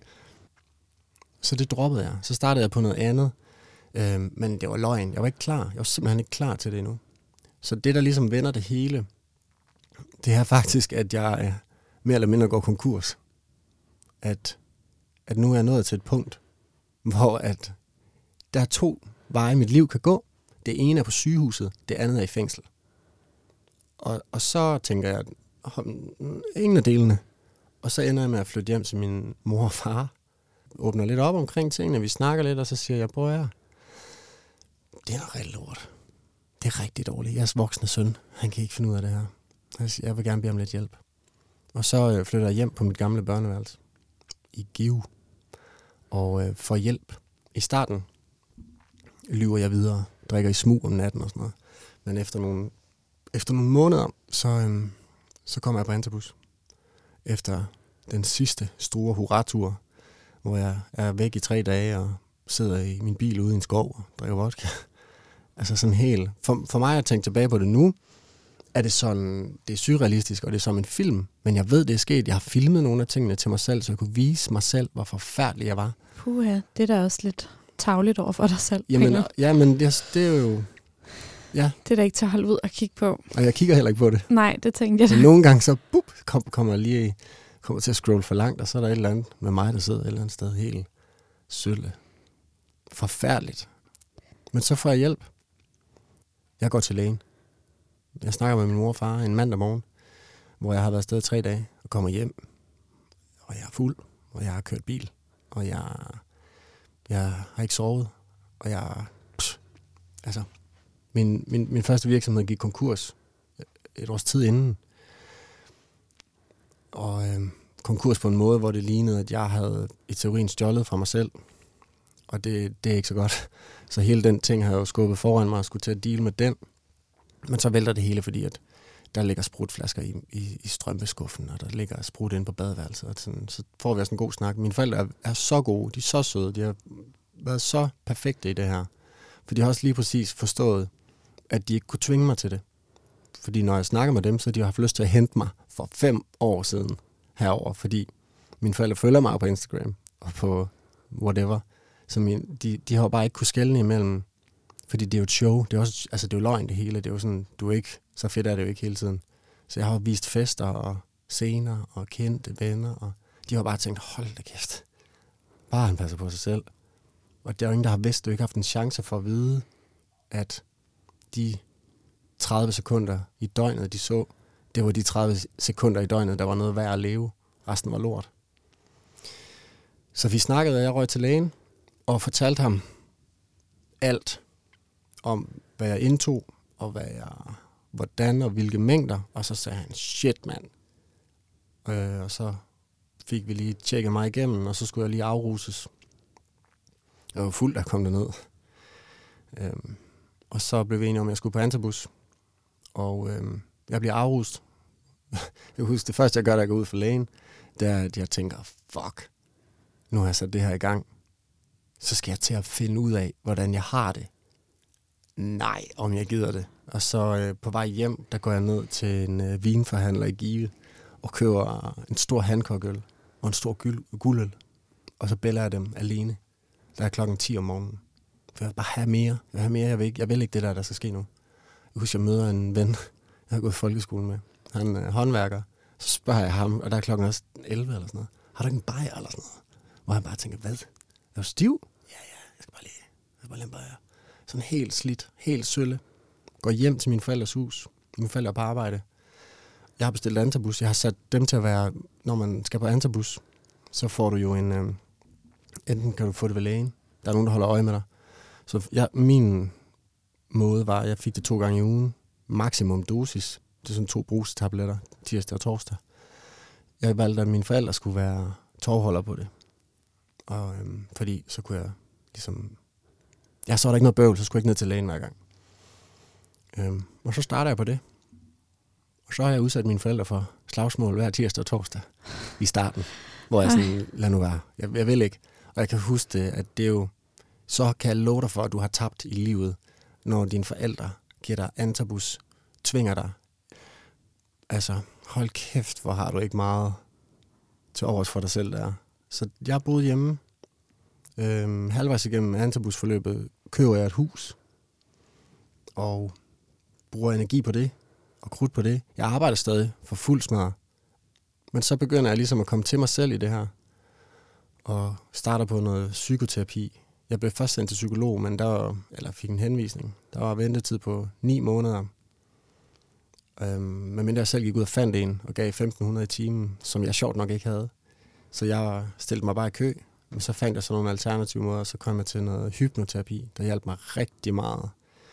Så det droppede jeg. Så startede jeg på noget andet. Øhm, men det var løgn. Jeg var ikke klar. Jeg var simpelthen ikke klar til det endnu. Så det, der ligesom vender det hele, det er faktisk, at jeg mere eller mindre går konkurs. At, at nu er jeg nået til et punkt, hvor at der er to veje, mit liv kan gå. Det ene er på sygehuset, det andet er i fængsel. Og, og så tænker jeg, ingen af delene. Og så ender jeg med at flytte hjem til min mor og far. Åbner lidt op omkring tingene, vi snakker lidt, og så siger jeg, bror jeg, det er noget rigtig lort. Det er rigtig dårligt. Jeres voksne søn, han kan ikke finde ud af det her. Jeg vil gerne bede om lidt hjælp. Og så flytter jeg hjem på mit gamle børneværelse i Give og øh, får hjælp. I starten lyver jeg videre, drikker i smug om natten og sådan noget. Men efter nogle, efter nogle måneder, så, øh, så kommer jeg på Antabus. Efter den sidste store hurratur, hvor jeg er væk i tre dage og sidder i min bil ude i en skov og drikker vodka. Altså sådan helt... For, for mig, at tænke tilbage på det nu, er det sådan... Det er surrealistisk, og det er som en film. Men jeg ved, det er sket. Jeg har filmet nogle af tingene til mig selv, så jeg kunne vise mig selv, hvor forfærdelig jeg var. Puha, det er da også lidt tarveligt over for dig selv. Jamen, ja, men det, det er jo... Ja. Det er da ikke til at holde ud og kigge på. Og jeg kigger heller ikke på det. Nej, det tænkte jeg da. Men nogle gange så bup, kom, kommer jeg lige kommer til at scrolle for langt, og så er der et eller andet med mig, der sidder et eller andet sted helt sølle. Forfærdeligt. Men så får jeg hjælp. Jeg går til lægen. Jeg snakker med min mor og far en mandag morgen, hvor jeg har været afsted tre dage og kommer hjem. Og jeg er fuld, og jeg har kørt bil, og jeg, jeg har ikke sovet, og jeg... Pff, altså, min, min, min første virksomhed gik konkurs et års tid inden. Og øh, konkurs på en måde, hvor det lignede, at jeg havde i teorien stjålet fra mig selv. Og det, det er ikke så godt. Så hele den ting har jeg jo skubbet foran mig og skulle til at deal med den. Men så vælter det hele, fordi at der ligger sprutflasker i, i, i strømpeskuffen, og der ligger sprut inde på badeværelset. Og sådan, så får vi også en god snak. Mine forældre er, er så gode, de er så søde, de har været så perfekte i det her. For de har også lige præcis forstået, at de ikke kunne tvinge mig til det. Fordi når jeg snakker med dem, så de har haft lyst til at hente mig for fem år siden herover, fordi mine forældre følger mig på Instagram og på whatever. Så min, de, de har bare ikke kunne skelne imellem, fordi det er jo et show. Det er også, altså det er jo løgn det hele. Det er jo sådan, du er ikke, så fedt er det jo ikke hele tiden. Så jeg har vist fester og scener og kendte venner, og de har bare tænkt, hold da kæft, bare han passer på sig selv. Og der er jo ingen, der har vidst, du ikke har haft en chance for at vide, at de tredive sekunder i døgnet, de så, det var de tredive sekunder i døgnet, der var noget værd at leve. Resten var lort. Så vi snakkede, og jeg røg til lægen, og fortalte ham alt om, hvad jeg indtog, og hvad jeg, hvordan og hvilke mængder. Og så sagde han, shit mand. Øh, og så fik vi lige tjekket mig igennem, og så skulle jeg lige afruses. Jeg var fuld, da jeg kom derned. Øh, og så blev vi enige om, at jeg skulle på Antabus. Og øh, jeg bliver afrust. Jeg husker, det første, jeg gør, da jeg går ud for lægen, det er, at jeg tænker, fuck, nu har jeg sat det her i gang. Så skal jeg til at finde ud af, hvordan jeg har det. Nej, om jeg gider det. Og så øh, på vej hjem, der går jeg ned til en øh, vinforhandler i Give, og køber en stor Hancock-øl og en stor guldøl. Og så bæller jeg dem alene. Der er klokken ti om morgenen. jeg vil bare have mere. Jeg vil have mere. Jeg vil ikke, jeg vil ikke det der, der skal ske nu. Jeg husker, jeg møder en ven, jeg har gået i folkeskolen med. Han er håndværker. Så spørger jeg ham, og der er klokken også elleve eller sådan noget. Har du ikke en bajer eller sådan noget? Hvor han bare tænker, hvad? Er du stiv? Ja, ja, jeg skal bare lige, jeg skal bare lige en bajer. Sådan helt slidt, helt sølle. Går hjem til min forældres hus. Mine forældre er på arbejde. Jeg har bestilt antabus. Jeg har sat dem til at være, når man skal på antabus, så får du jo en, øh, enten kan du få det ved lægen. Der er nogen, der holder øje med dig. Så jeg, min måde var, at jeg fik det to gange i ugen. Maksimum dosis. Det er sådan to brugstabletter, tirsdag og torsdag. Jeg valgte, at mine forældre skulle være tovholder på det. Og øhm, fordi så kunne jeg ligesom... Ja, så var der ikke noget bøvl, så skulle jeg ikke ned til lægen hver gang. Øhm, og så starter jeg på det. Og så har jeg udsat mine forældre for slagsmål hver tirsdag og torsdag i starten. Hvor jeg sådan, lad nu være. Jeg, jeg vil ikke. Og jeg kan huske det, at det er jo... Så kan jeg love dig for, at du har tabt i livet, når dine forældre giver dig antabus, tvinger dig. Altså, hold kæft, hvor har du ikke meget til overs for dig selv der. Så jeg boede hjemme. Øhm, halvvejs igennem antabusforløbet køber jeg et hus. Og bruger energi på det. Og krudt på det. Jeg arbejder stadig for fuld smadre. Men så begynder jeg ligesom at komme til mig selv i det her. Og starter på noget psykoterapi. Jeg blev først sendt til psykolog, men der var, eller fik en henvisning. Der var ventetid på ni måneder. Øhm, men mindre jeg selv gik ud og fandt en, og gav femten hundrede i timen, som jeg sjovt nok ikke havde. Så jeg stillede mig bare i kø, men så fandt jeg så nogle alternative måder, og så kom jeg til noget hypnoterapi, der hjalp mig rigtig meget.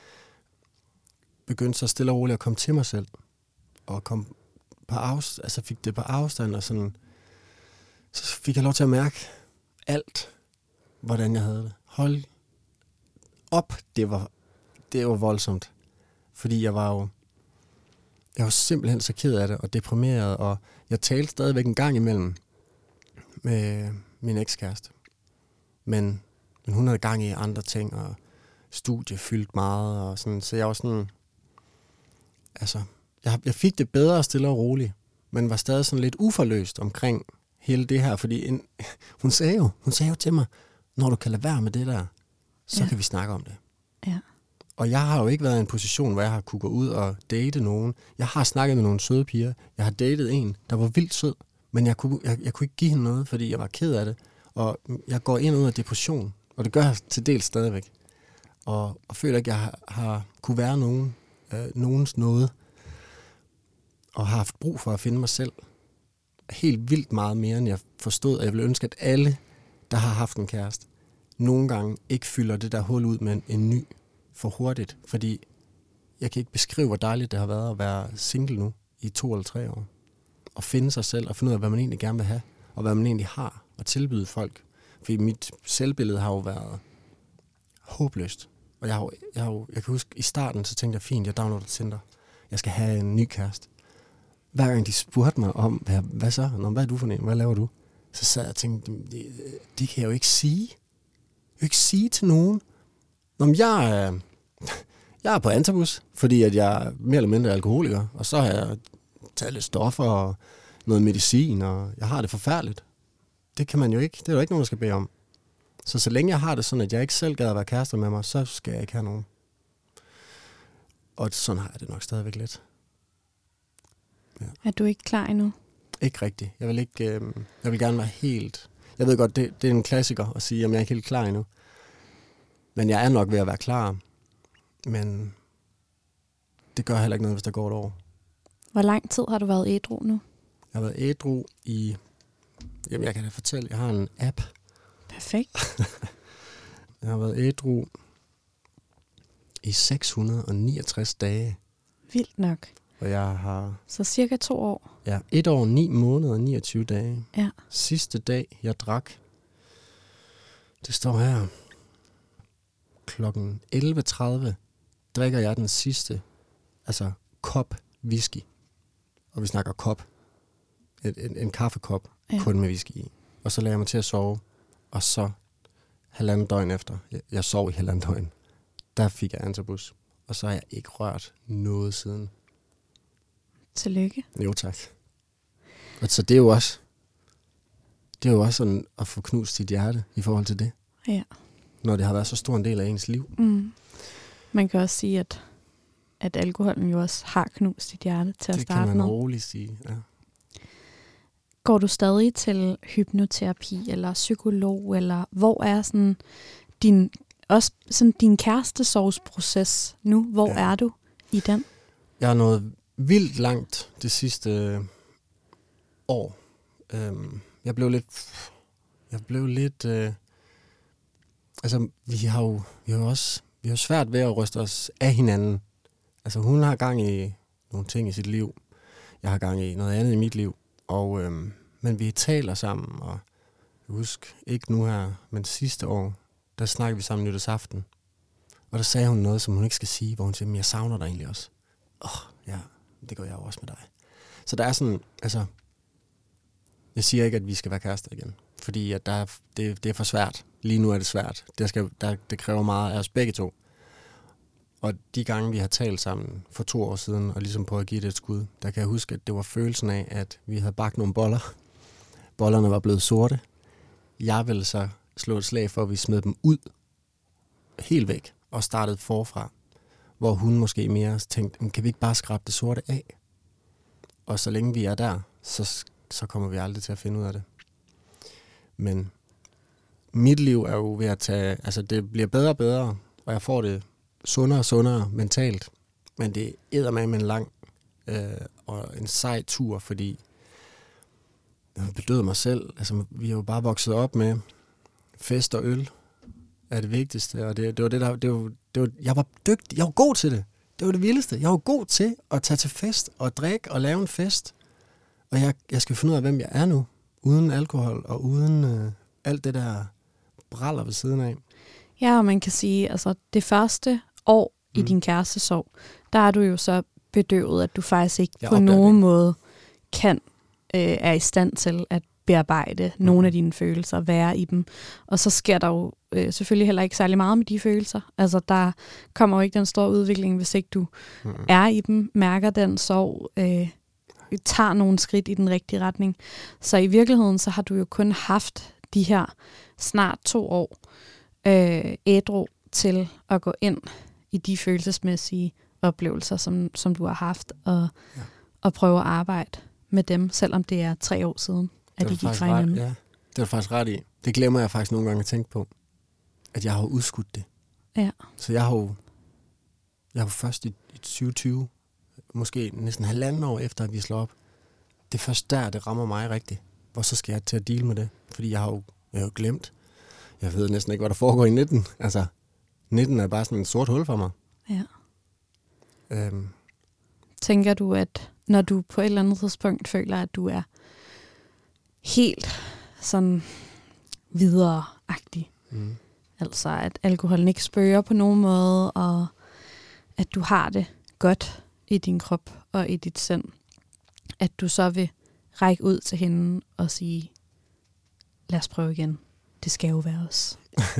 Begyndte så stille og roligt at komme til mig selv, og kom på afstand, altså fik det på afstand, og sådan, så fik jeg lov til at mærke alt, hvordan jeg havde det. Hold op, det var, det var voldsomt. Fordi jeg var jo, jeg var simpelthen så ked af det, og deprimeret, og jeg talte stadigvæk en gang imellem med min ekskæreste. Men, men hun havde gang i andre ting, og studie fyldt meget, og sådan, så jeg var sådan, altså, jeg, jeg fik det bedre stille og roligt, men var stadig sådan lidt uforløst omkring hele det her, fordi en, hun sagde jo, hun sagde jo til mig, når du kan lade være med det der, så ja. Kan vi snakke om det. Ja. Og jeg har jo ikke været i en position, hvor jeg har kunne gå ud og date nogen. Jeg har snakket med nogle søde piger. Jeg har datet en, der var vildt sød, men jeg kunne, jeg, jeg kunne ikke give hende noget, fordi jeg var ked af det. Og jeg går ind og ud af depression, og det gør jeg til dels stadigvæk. Og, og føler ikke, at jeg har, har kunne være nogen, øh, nogens noget, og har haft brug for at finde mig selv helt vildt meget mere, end jeg forstod. Og jeg ville ønske, at alle, der har haft en kæreste, nogle gange ikke fylder det der hul ud med en, en ny for hurtigt. Fordi jeg kan ikke beskrive, hvor dejligt det har været at være single nu i to eller tre år. Og finde sig selv og finde ud af, hvad man egentlig gerne vil have, og hvad man egentlig har at tilbyde folk. Fordi mit selvbillede har jo været håbløst. Og jeg, har, jeg, har, jeg kan huske, i starten, så tænkte jeg, fint, jeg downloader Tinder. Jeg skal have en ny kæreste. Hver gang de spurgte mig om, hvad, hvad så? Nå, hvad er du for en? Hvad laver du? Så sad jeg og tænkte, det, det kan jeg jo ikke sige. Jeg kan ikke sige til nogen. Nå, men jeg er, jeg er på antabus, fordi at jeg er mere eller mindre alkoholiker. Og så har jeg taget lidt stoffer og noget medicin, og jeg har det forfærdeligt. Det kan man jo ikke. Det er jo ikke nogen, der skal bede om. Så så længe jeg har det sådan, at jeg ikke selv gad at være kærester med mig, så skal jeg ikke have nogen. Og sådan har jeg det nok stadigvæk lidt. Ja. Er du ikke klar endnu? Ikke rigtigt. Jeg vil ikke. Øh, jeg vil gerne være helt. Jeg ved godt, det, det er en klassiker at sige, at jeg er ikke helt klar endnu. Men jeg er nok ved at være klar. Men det gør heller ikke noget, hvis der går et år. Hvor lang tid har du været ædru nu? Jeg har været ædru i. Jamen, jeg kan da fortælle. Jeg har en app. Perfekt. Jeg har været ædru i seks hundrede og niogtres dage. Vildt nok. Og jeg har... Så cirka to år. Ja, et år, ni måneder og niogtyve dage. Ja. Sidste dag, jeg drak, det står her, klokken elleve tredive, drikker jeg den sidste, altså kop whisky. Og vi snakker kop. En, en, en kaffekop, ja. Kun med whisky i. Og så lagde jeg mig til at sove. Og så halvanden døgn efter, jeg, jeg sov i halvanden døgn, der fik jeg antabus. Og så har jeg ikke rørt noget siden. Tillykke. Jo, tak. Og så det er jo også, det er jo også sådan at få knust sit hjerte i forhold til det. Ja. når det har været så stor en del af ens liv. Mm. Man kan også sige, at, at alkoholen jo også har knust dit hjerte til at det starte med. Det kan man roligt sige, ja. Går du stadig til hypnoterapi eller psykolog, eller hvor er sådan din, også sådan din kærestesorgsproces nu? Hvor ja. er du i den? Jeg er nået vildt langt det sidste øh, år. Øhm, jeg blev lidt... Jeg blev lidt... Øh, altså, vi har jo vi har også vi har svært ved at ryste os af hinanden. Altså, hun har gang i nogle ting i sit liv. Jeg har gang i noget andet i mit liv. Og, øhm, men vi taler sammen, og husk, ikke nu her, men sidste år, der snakkede vi sammen nytårsaften. Og der sagde hun noget, som hun ikke skal sige, hvor hun siger, jeg savner dig egentlig også. Åh, oh, ja, det gør jeg jo også med dig. Så der er sådan, altså, jeg siger ikke, at vi skal være kærester igen, fordi at der er, det, det er for svært. Lige nu er det svært. Det, skal, der, det kræver meget af os begge to. Og de gange, vi har talt sammen for to år siden, og ligesom på at give det et skud, der kan jeg huske, at det var følelsen af, at vi havde bagt nogle boller. Bollerne var blevet sorte. Jeg ville så slå et slag for, at vi smed dem ud, helt væk, og startede forfra. Hvor hun måske mere tænkte, kan vi ikke bare skrabe det sorte af? Og så længe vi er der, så, så kommer vi aldrig til at finde ud af det. Men mit liv er jo ved at tage, altså det bliver bedre og bedre, og jeg får det sundere og sundere mentalt. Men det æder med en lang øh, og en sej tur, fordi jeg bedøvede mig selv. Altså, vi er jo bare vokset op med fest og øl er det vigtigste, og det, det var det der, det var, det var, jeg var dygtig, jeg var god til det. Det var det vildeste. Jeg var god til at tage til fest og drikke og lave en fest. Og jeg, jeg skal finde ud af, hvem jeg er nu, uden alkohol og uden øh, alt det der braller ved siden af. Ja, og man kan sige, altså det første år mm. i din kærestesorg, der er du jo så bedøvet, at du faktisk ikke jeg på nogen det. måde kan, øh, er i stand til at bearbejde mm. nogle af dine følelser, være i dem. Og så sker der jo øh, selvfølgelig heller ikke særlig meget med de følelser. Altså der kommer jo ikke den store udvikling, hvis ikke du mm. er i dem, mærker den sorg, øh, tager nogle skridt i den rigtige retning. Så i virkeligheden, så har du jo kun haft de her snart to år øh, ædru til at gå ind i de følelsesmæssige oplevelser, som, som du har haft, og, ja. og prøve at arbejde med dem, selvom det er tre år siden, at de gik fra hinanden. Ja, det er faktisk ret i. Det glemmer jeg faktisk nogle gange at tænke på, at jeg har udskudt det. Ja. Så jeg har jo, jeg har jo først i, i tyve tyve, måske næsten halvanden år efter, at vi slår op, det er først der, det rammer mig rigtigt. Hvor så skal jeg til at deale med det? Fordi jeg har jo, jeg har jo glemt. Jeg ved næsten ikke, hvad der foregår i nitten. Altså, nitten er bare sådan en sort hul for mig. Ja. Øhm. Tænker du, at når du på et eller andet tidspunkt føler, at du er helt sådan videreagtig, mm. altså at alkoholen ikke spørger på nogen måde, og at du har det godt i din krop og i dit sind, at du så vil række ud til hende og sige, lad os prøve igen. Det skal jo være os.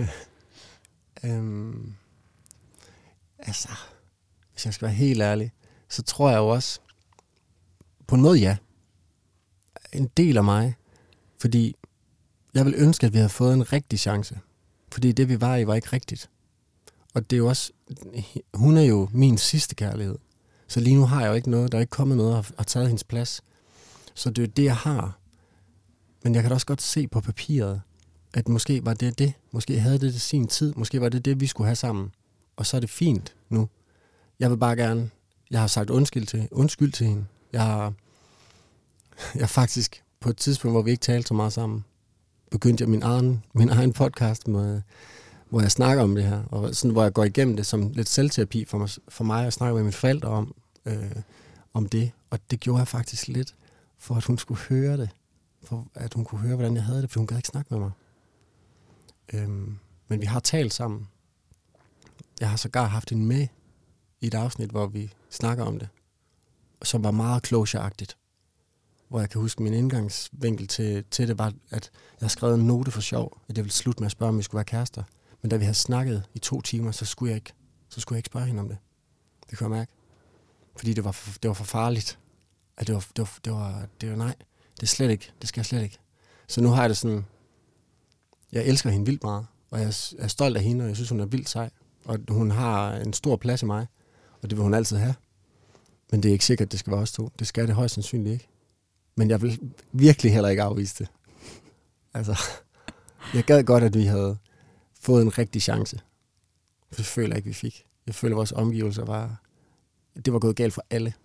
øhm, altså, hvis jeg skal være helt ærlig, så tror jeg jo også, på en måde ja, en del af mig, fordi jeg vil ønske, at vi havde fået en rigtig chance. Fordi det, vi var i, var ikke rigtigt. Og det er jo også, hun er jo min sidste kærlighed. Så lige nu har jeg jo ikke noget, der er ikke kommet noget og har taget hendes plads. Så det er det, jeg har. Men jeg kan da også godt se på papiret, at måske var det det. Måske havde det det sin tid. Måske var det det, vi skulle have sammen. Og så er det fint nu. Jeg vil bare gerne, jeg har sagt undskyld til, undskyld til hende. Jeg har, jeg har faktisk på et tidspunkt, hvor vi ikke talte så meget sammen, begyndte jeg min egen, min egen podcast, med, hvor jeg snakker om det her. Og sådan, hvor jeg går igennem det som lidt selvterapi for mig, for mig at snakke med mine forældre om, øh, om det. Og det gjorde jeg faktisk lidt, for at hun skulle høre det. For at hun kunne høre, hvordan jeg havde det, for hun gad ikke snakke med mig. Øhm, men vi har talt sammen. Jeg har sågar haft hende med i et afsnit, hvor vi snakker om det, som var meget closure-agtigt. Hvor jeg kan huske, min indgangsvinkel til, til det var, at jeg har skrevet en note for sjov, at jeg ville slutte med at spørge, om vi skulle være kærester. Men da vi havde snakket i to timer, så skulle jeg ikke, så skulle jeg ikke spørge hende om det. Det kunne jeg mærke. Fordi det var for, det var for farligt. At det var, det var, det var, det var nej, det er slet ikke, det skal jeg slet ikke. Så nu har jeg det sådan, jeg elsker hende vildt meget, Og jeg er stolt af hende, og jeg synes, hun er vildt sej. Og hun har en stor plads i mig, og det vil hun altid have. Men det er ikke sikkert, at det skal være os to. Det skal det højst sandsynligt ikke. Men jeg vil virkelig heller ikke afvise det. Altså, jeg gad godt, at vi havde fået en rigtig chance. For det føler jeg ikke, vi fik. Jeg føler, at vores omgivelser var... Det var gået galt for alle.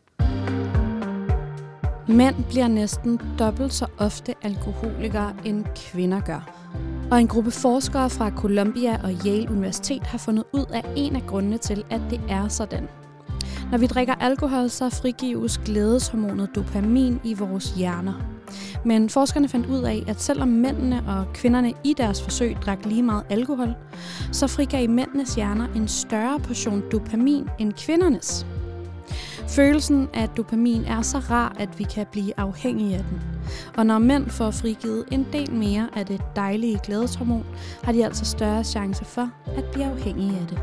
Mænd bliver næsten dobbelt så ofte alkoholikere, end kvinder gør. Og en gruppe forskere fra Columbia og Yale Universitet har fundet ud af en af grundene til, at det er sådan. Når vi drikker alkohol, så frigives glædeshormonet dopamin i vores hjerner. Men forskerne fandt ud af, at selvom mændene og kvinderne i deres forsøg drak lige meget alkohol, så frigav mændenes hjerner en større portion dopamin end kvindernes. Følelsen af dopamin er så rar, at vi kan blive afhængige af den. Og når mænd får frigivet en del mere af det dejlige glædeshormon, har de altså større chance for at blive afhængige af det.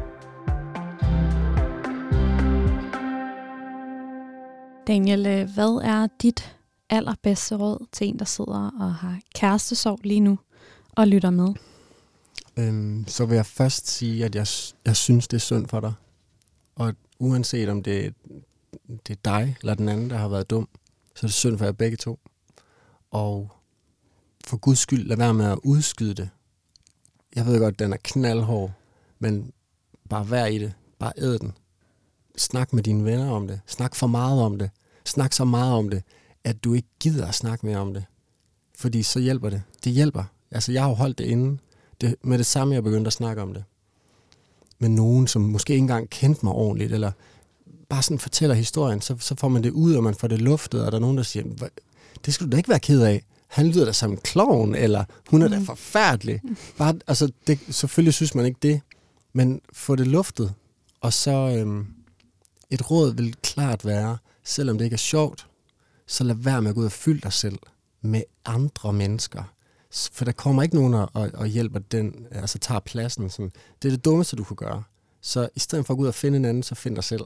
Daniel, hvad er dit allerbedste råd til en, der sidder og har kærestesorg lige nu og lytter med? Øhm, så vil jeg først sige, at jeg, jeg synes, det er synd for dig. Og uanset om det, det er dig eller den anden, der har været dum, så er det synd for jer begge to. Og for Guds skyld, lad være med at udskyde det. Jeg ved godt, den er knaldhård, men bare vær i det. Bare æd den. Snak med dine venner om det. Snak for meget om det. Snak så meget om det, at du ikke gider at snakke mere om det. Fordi så hjælper det. Det hjælper. Altså, jeg har jo holdt det inde. Det, med det samme, jeg begyndte at snakke om det. Med nogen, som måske ikke engang kendte mig ordentligt, eller bare sådan fortæller historien, så, så får man det ud, og man får det luftet, og der er nogen, der siger, det skal du da ikke være ked af. Han lyder da som en klovn, eller hun er da forfærdelig. Bare, altså, det, selvfølgelig synes man ikke det, men få det luftet. Og så øhm, et råd vil klart være, selvom det ikke er sjovt, så lad være med at gå ud og fylde dig selv med andre mennesker. For der kommer ikke nogen og, og hjælper den, altså tager pladsen. Sådan. Det er det dummeste, du kunne gøre. Så i stedet for at gå ud og finde en anden, så find dig selv.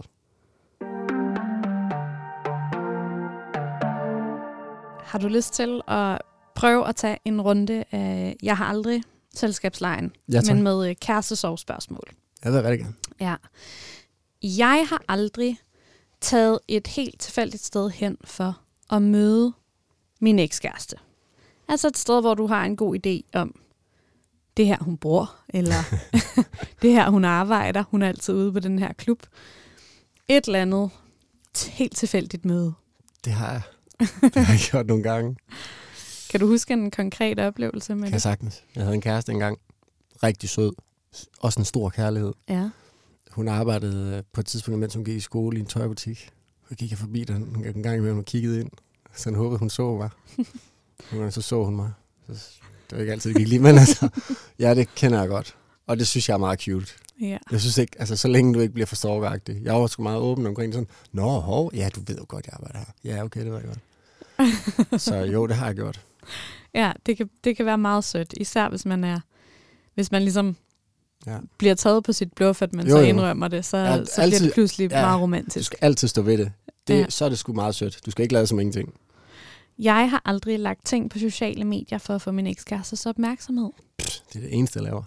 Har du lyst til at prøve at tage en runde af Jeg har aldrig selskabslejen, ja, men med kærestesorgspørgsmål? Jeg vil rigtig gerne. Ja. Jeg har aldrig taget et helt tilfældigt sted hen for at møde min ekskæreste. Altså et sted, hvor du har en god idé om, det her hun bor, eller det her hun arbejder. Hun er altid ude på den her klub. Et eller andet helt tilfældigt møde. Det har jeg. Det har jeg gjort nogle gange. Kan du huske en konkret oplevelse med kan det? Kan jeg sagtens. Jeg havde en kæreste engang. Rigtig sød. Også en stor kærlighed. Ja. Hun arbejdede på et tidspunkt, mens hun gik i skole i en tøjbutik. Så gik jeg forbi den en gang imellem og kiggede ind. Så jeg håbede, hun så mig. Og så så hun mig. Så det var ikke altid, det gik lige, men altså, ja, det kender jeg godt. Og det synes jeg er meget cute. Ja. Jeg synes ikke, altså så længe du ikke bliver for stalkeragtig. Jeg var sgu meget åben omkring sådan, nå, hov, ja, du ved jo godt, jeg arbejder her. Ja, okay, det ved jeg godt. Så jo, det har jeg gjort. Ja, det kan, det kan være meget sødt, især hvis man er, hvis man ligesom ja. bliver taget på sit bluff, at man jo, så jo. indrømmer det, så, ja, så altid, bliver det pludselig ja, meget romantisk. Du skal altid stå ved det. det ja. Så er det sgu meget sødt. Du skal ikke lade som ingenting. Jeg har aldrig lagt ting på sociale medier for at få min ekskærestes opmærksomhed. Pff, det er det eneste, jeg laver.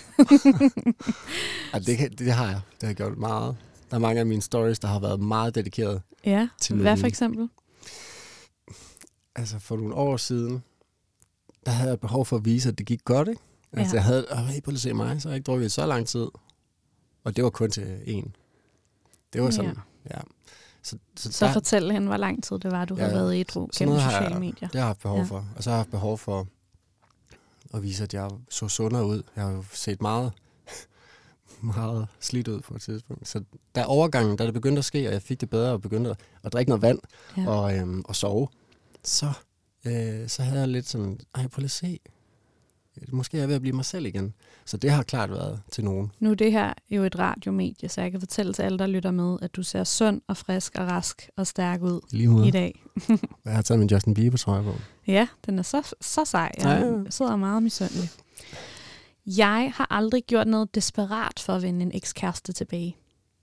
ja, det, kan, det har jeg. Det har jeg gjort meget. Der er mange af mine stories, der har været meget dedikeret. Ja, til hvad nogen. For eksempel? Altså for nogle år siden, der havde jeg behov for at vise, at det gik godt, ikke? Altså ja. jeg havde, åh, hey, prøv at se mig, så har jeg ikke drukket så lang tid. Og det var kun til en. Det var sådan, ja. ja. Så, så, så der, fortæl hende, hvor lang tid det var, du ja, har været ædru gennem sociale jeg, medier. Det har jeg haft behov ja. for. Og så har jeg haft behov for at vise, at jeg så sundere ud. Jeg har jo set meget, meget slidt ud på et tidspunkt. Så der overgangen, da det begyndte at ske, og jeg fik det bedre og begyndte at, at drikke noget vand ja. og, øhm, og sove, så, øh, så havde jeg lidt sådan, ej, prøv lige at se. Måske er jeg ved at blive mig selv igen. Så det har klart været til nogen. Nu er det her jo et radiomedie, så jeg kan fortælle til alle, der lytter med, at du ser sund og frisk og rask og stærk ud i dag. Jeg har taget min Justin Bieber trøje på. Ja, den er så, så sej. Jeg ja, ja. sidder meget misundelig. Jeg har aldrig gjort noget desperat for at vinde en ekskæreste tilbage.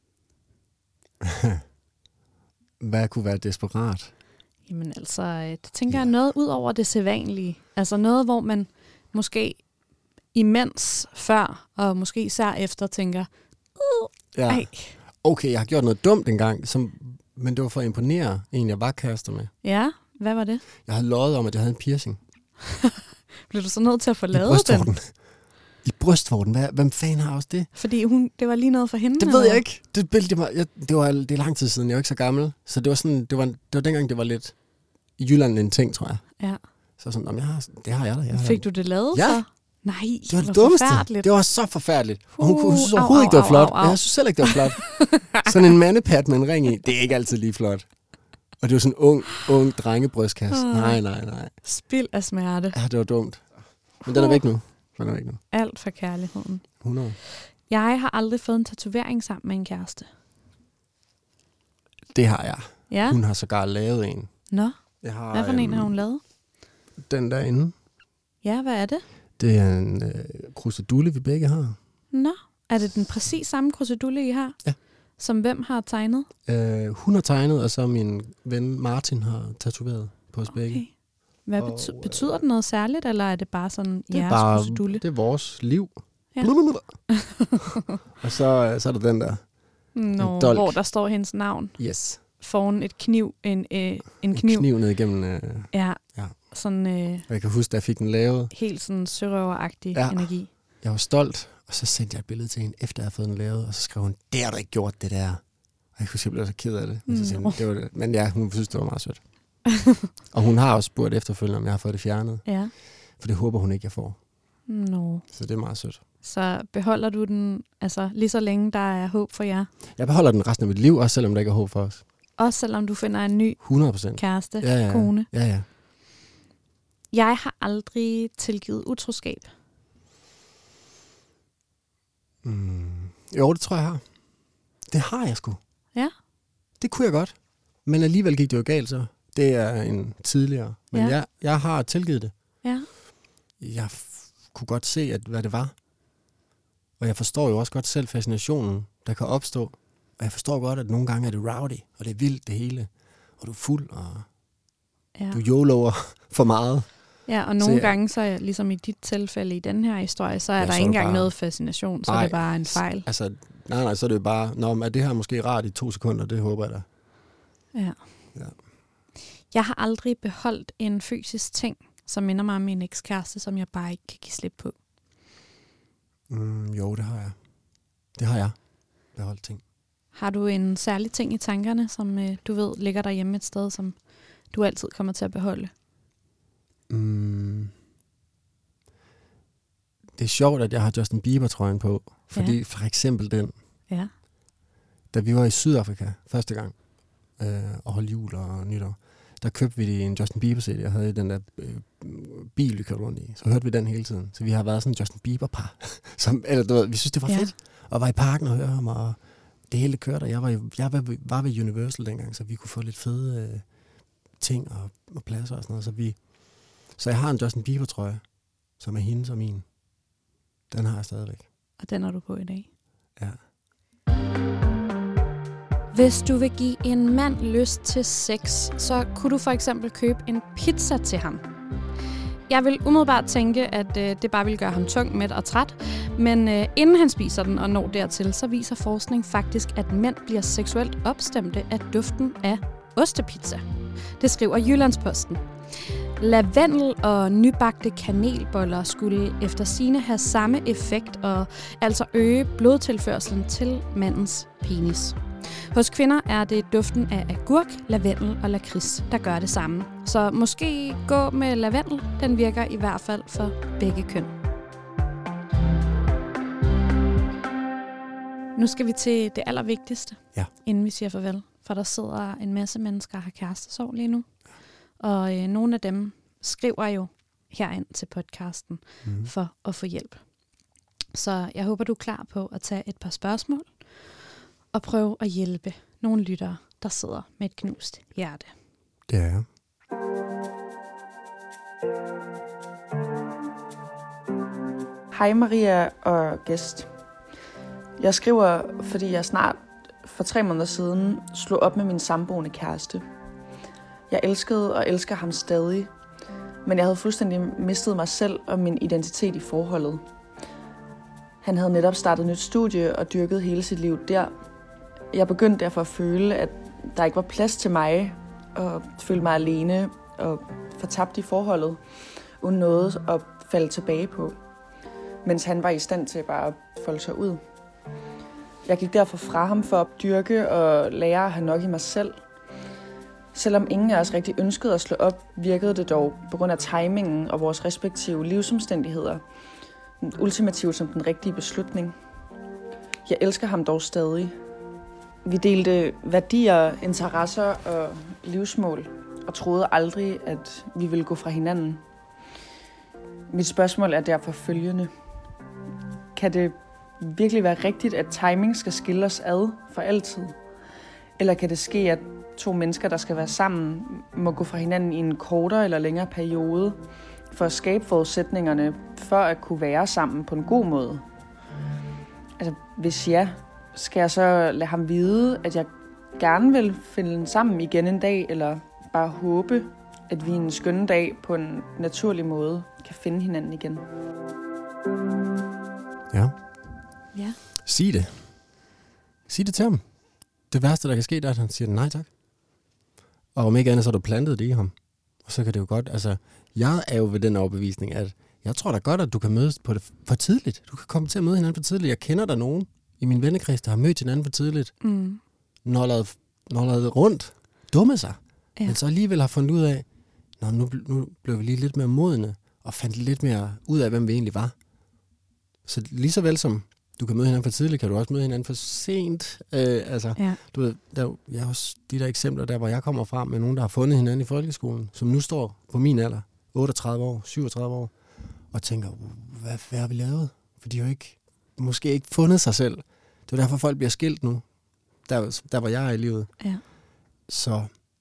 Hvad kunne være desperat? Jamen altså, det tænker ja. jeg noget ud over det sædvanlige. Altså noget, hvor man måske imens før, og måske især efter, tænker, uh, ja. ej. Okay, jeg har gjort noget dumt engang, som, men det var for at imponere en, jeg var kærester med. Ja, hvad var det? Jeg havde løjet om, at jeg havde en piercing. Blev du så nødt til at få lavet den? I brystvorten. Hvad, hvem fanden har også det? Fordi hun, det var lige noget for hende? Det ved jeg ikke. Det, det, var, jeg, det, var, det er lang tid siden. Jeg er ikke så gammel. Så det var, sådan, det var, det var dengang, det var lidt i Jylland en ting, tror jeg. Ja. Så sådan, jeg har, det har jeg da. Jeg Fik du det lavet ja. så? Nej, det var det, det dummeste. Forfærdeligt. Det var så forfærdeligt. Og hun, Uh, hun synes au, overhovedet au, ikke, det var flot. au, au. Jeg synes selv ikke, det var flot. Sådan en mandepat med en ring i, det er ikke altid lige flot. Og det var sådan en ung, ung drengebrystkasse. Uh. Nej, nej, nej. Spild af smerte. Ja, det var dumt. Men den er væk nu. Den er væk nu. Alt for kærligheden. hundrede. Jeg har aldrig fået en tatovering sammen med en kæreste. Det har jeg. Ja? Hun har sågar lavet en. Nå, jeg har, hvad for en øhm, har hun lavet? Den derinde. Ja, hvad er det? Det er en øh, krusedulle, vi begge har. Nå, er det den præcis samme krusedulle, I har? Ja. Som hvem har tegnet? Øh, hun har tegnet, og så min ven Martin har tatoveret på os okay. begge. Hvad og, bety- betyder det noget særligt, eller er det bare sådan det er jeres bare, krusedulle? Det er vores liv. Ja. Og så, så er der den der. Nå, hvor der står hendes navn. Yes. Foran et kniv, en, øh, en en kniv. En kniv ned igennem. Øh, ja, ja. Sådan, øh, og jeg kan huske, da jeg fik den lavet. Helt sådan sørøveragtig ja. energi. Jeg var stolt, og så sendte jeg et billede til hende, efter jeg havde fået den lavet, og så skrev hun, det har du ikke gjort, det der. Og jeg kunne sige, jeg blev så ked af det. Men, så mm. det var det. Men ja, hun synes, det var meget sødt. Og hun har også spurgt efterfølgende, om jeg har fået det fjernet. Ja. For det håber hun ikke, jeg får. No. Så det er meget sødt. Så beholder du den altså lige så længe, der er håb for jer? Jeg beholder den resten af mit liv, også selvom der ikke er håb for os. Også selvom du finder en ny hundrede procent kæreste, ja, ja, ja. kone? Ja, ja. Jeg har aldrig tilgivet utroskab. Mm. Jo, det tror jeg, jeg har. Det har jeg sgu. Ja? Det kunne jeg godt. Men alligevel gik det jo galt så. Det er en tidligere. Men ja. jeg, jeg har tilgivet det. Ja. Jeg f- kunne godt se, at, hvad det var. Og jeg forstår jo også godt selv fascinationen, der kan opstå. Og jeg forstår godt, at nogle gange er det rowdy, og det er vildt det hele. Og du er fuld, og ja. du YOLO'er for meget. Ja, og nogle så, gange, så ligesom i dit tilfælde i den her historie, så er ja, der så ikke engang bare noget fascination, så nej, er det bare en fejl. Altså, nej, nej, så er det jo bare, nå, er det her måske rart i to sekunder, det håber jeg da. Ja. ja. Jeg har aldrig beholdt en fysisk ting, som minder mig om min ekskæreste, som jeg bare ikke kan give slip på. Mm, jo, det har jeg. Det har jeg. Beholdt ting. Har du en særlig ting i tankerne, som øh, du ved ligger derhjemme et sted, som du altid kommer til at beholde? Mm. Det er sjovt, at jeg har Justin Bieber-trøjen på, fordi ja. for eksempel den, ja. da vi var i Sydafrika første gang, øh, og holdt jul og nytår, der købte vi en Justin Bieber-C D. Jeg havde den der øh, bil, vi kørte rundt i. Så hørte vi den hele tiden. Så vi har været sådan en Justin Bieber-par. Som, eller, du ved, vi synes, det var ja. fedt. Og var i parken og høre ham, og det hele kørte. Jeg var, jeg var, var ved Universal dengang, så vi kunne få lidt fede øh, ting og, og pladser og sådan noget. Så, vi, så jeg har en Justin Bieber-trøje, som er hendes og min. Den har jeg stadigvæk. Og den er du på i dag? Ja. Hvis du vil give en mand lyst til sex, så kunne du for eksempel købe en pizza til ham. Jeg vil umiddelbart tænke, at øh, det bare vil gøre ham tung, mæt og træt. Men øh, inden han spiser den og når dertil, så viser forskning faktisk, at mænd bliver seksuelt opstemte af duften af ostepizza. Det skriver Jyllandsposten. Lavendel og nybagte kanelboller skulle efter sigende have samme effekt og altså øge blodtilførslen til mandens penis. Hos kvinder er det duften af agurk, lavendel og lakrids, der gør det samme. Så måske gå med lavendel, den virker i hvert fald for begge køn. Nu skal vi til det allervigtigste, ja. inden vi siger farvel. For der sidder en masse mennesker, der har kærestesorg lige nu. Og øh, nogle af dem skriver jo herind til podcasten mm. for at få hjælp. Så jeg håber, du er klar på at tage et par spørgsmål og prøve at hjælpe nogle lyttere, der sidder med et knust hjerte. Det er jeg. Hej Maria og gæst. Jeg skriver, fordi jeg snart for tre måneder siden slog op med min samboende kæreste. Jeg elskede og elsker ham stadig, men jeg havde fuldstændig mistet mig selv og min identitet i forholdet. Han havde netop startet nyt studie og dyrket hele sit liv der. Jeg begyndte derfor at føle, at der ikke var plads til mig, og følte mig alene og fortabt i forholdet, uden noget at falde tilbage på, mens han var i stand til bare at folde sig ud. Jeg gik derfor fra ham for at dyrke og lære at have nok i mig selv. Selvom ingen af os rigtig ønskede at slå op, virkede det dog på grund af timingen og vores respektive livsomstændigheder ultimativt som den rigtige beslutning. Jeg elsker ham dog stadig. Vi delte værdier, interesser og livsmål, og troede aldrig, at vi ville gå fra hinanden. Mit spørgsmål er derfor følgende. Kan det virkelig være rigtigt, at timing skal skille os ad for altid? Eller kan det ske, at to mennesker, der skal være sammen, må gå fra hinanden i en kortere eller længere periode, for at skabe forudsætningerne for at kunne være sammen på en god måde? Altså, hvis ja, skal jeg så lade ham vide, at jeg gerne vil finde sammen igen en dag, eller bare håbe, at vi en skønne dag på en naturlig måde kan finde hinanden igen? Ja. Ja. Sig det. Sig det til ham. Det værste, der kan ske, er, at han siger nej tak. Og om ikke andet, så er du plantet det i ham. Og så kan det jo godt, altså, jeg er jo ved den overbevisning, at jeg tror da godt, at du kan mødes på det for tidligt. Du kan komme til at møde hinanden for tidligt. Jeg kender der nogen i min vennekreds, der har mødt hinanden for tidligt. Mm. Når lavet, når lavet rundt, dumme sig. Ja. Men så alligevel har fundet ud af, Nå, nu, nu blev vi lige lidt mere modne, og fandt lidt mere ud af, hvem vi egentlig var. Så lige så vel som du kan møde hinanden for tidligt, kan du også møde hinanden for sent. Øh, altså, Ja. du ved, der, jeg har også de der eksempler, der hvor jeg kommer fra, med nogen, der har fundet hinanden i folkeskolen, som nu står på min alder, otteogtredive år, syvogtredive år, og tænker, hvad, hvad har vi lavet? For de har jo ikke, måske ikke fundet sig selv. Det er derfor, folk bliver skilt nu, der, der hvor jeg er i livet. Ja. Så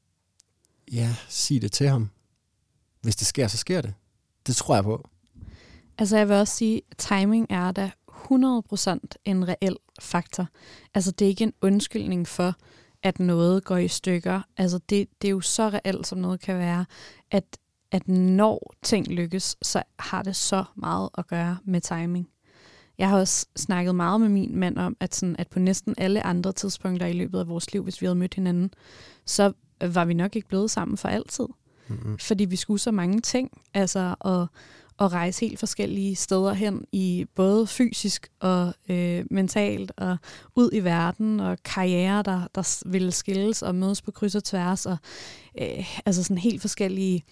ja, sig det til ham. Hvis det sker, så sker det. Det tror jeg på. Altså jeg vil også sige, at timing er da hundrede procent en reel faktor. Altså det er ikke en undskyldning for, at noget går i stykker. Altså det, det er jo så reelt, som noget kan være, at, at når ting lykkes, så har det så meget at gøre med timing. Jeg har også snakket meget med min mand om, at, sådan, at på næsten alle andre tidspunkter i løbet af vores liv, hvis vi havde mødt hinanden, så var vi nok ikke blevet sammen for altid. Mm-hmm. Fordi vi skulle så mange ting, altså at, at rejse helt forskellige steder hen, i både fysisk og øh, mentalt, og ud i verden, og karriere, der, der ville skilles og mødes på kryds og tværs, og øh, altså sådan helt forskellige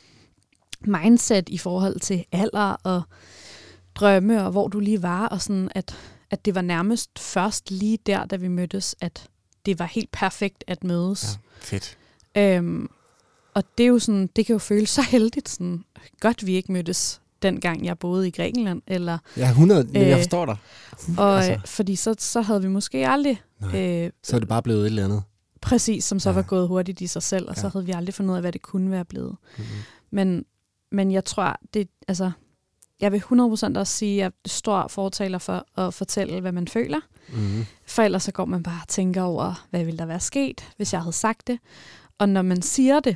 mindset i forhold til alder og drømme, og hvor du lige var, og sådan, at, at det var nærmest først lige der, da vi mødtes, at det var helt perfekt at mødes. Ja, fedt. Øhm, og det er jo sådan, det kan jo føles så heldigt, sådan, godt vi ikke mødtes dengang jeg boede i Grækenland, eller... Ja, hundrede, men øh, jeg forstår dig. Og, altså. Fordi så, så havde vi måske aldrig... Øh, så er det bare blevet et eller andet. Præcis, som så ja. var gået hurtigt i sig selv, og ja. så havde vi aldrig fundet ud af, hvad det kunne være blevet. Mm-hmm. Men, men jeg tror, det, altså... Jeg vil hundrede procent også sige, at jeg er stor fortaler for at fortælle, hvad man føler. Mm-hmm. For ellers så går man bare og tænker over, hvad ville der være sket, hvis jeg havde sagt det. Og når man siger det,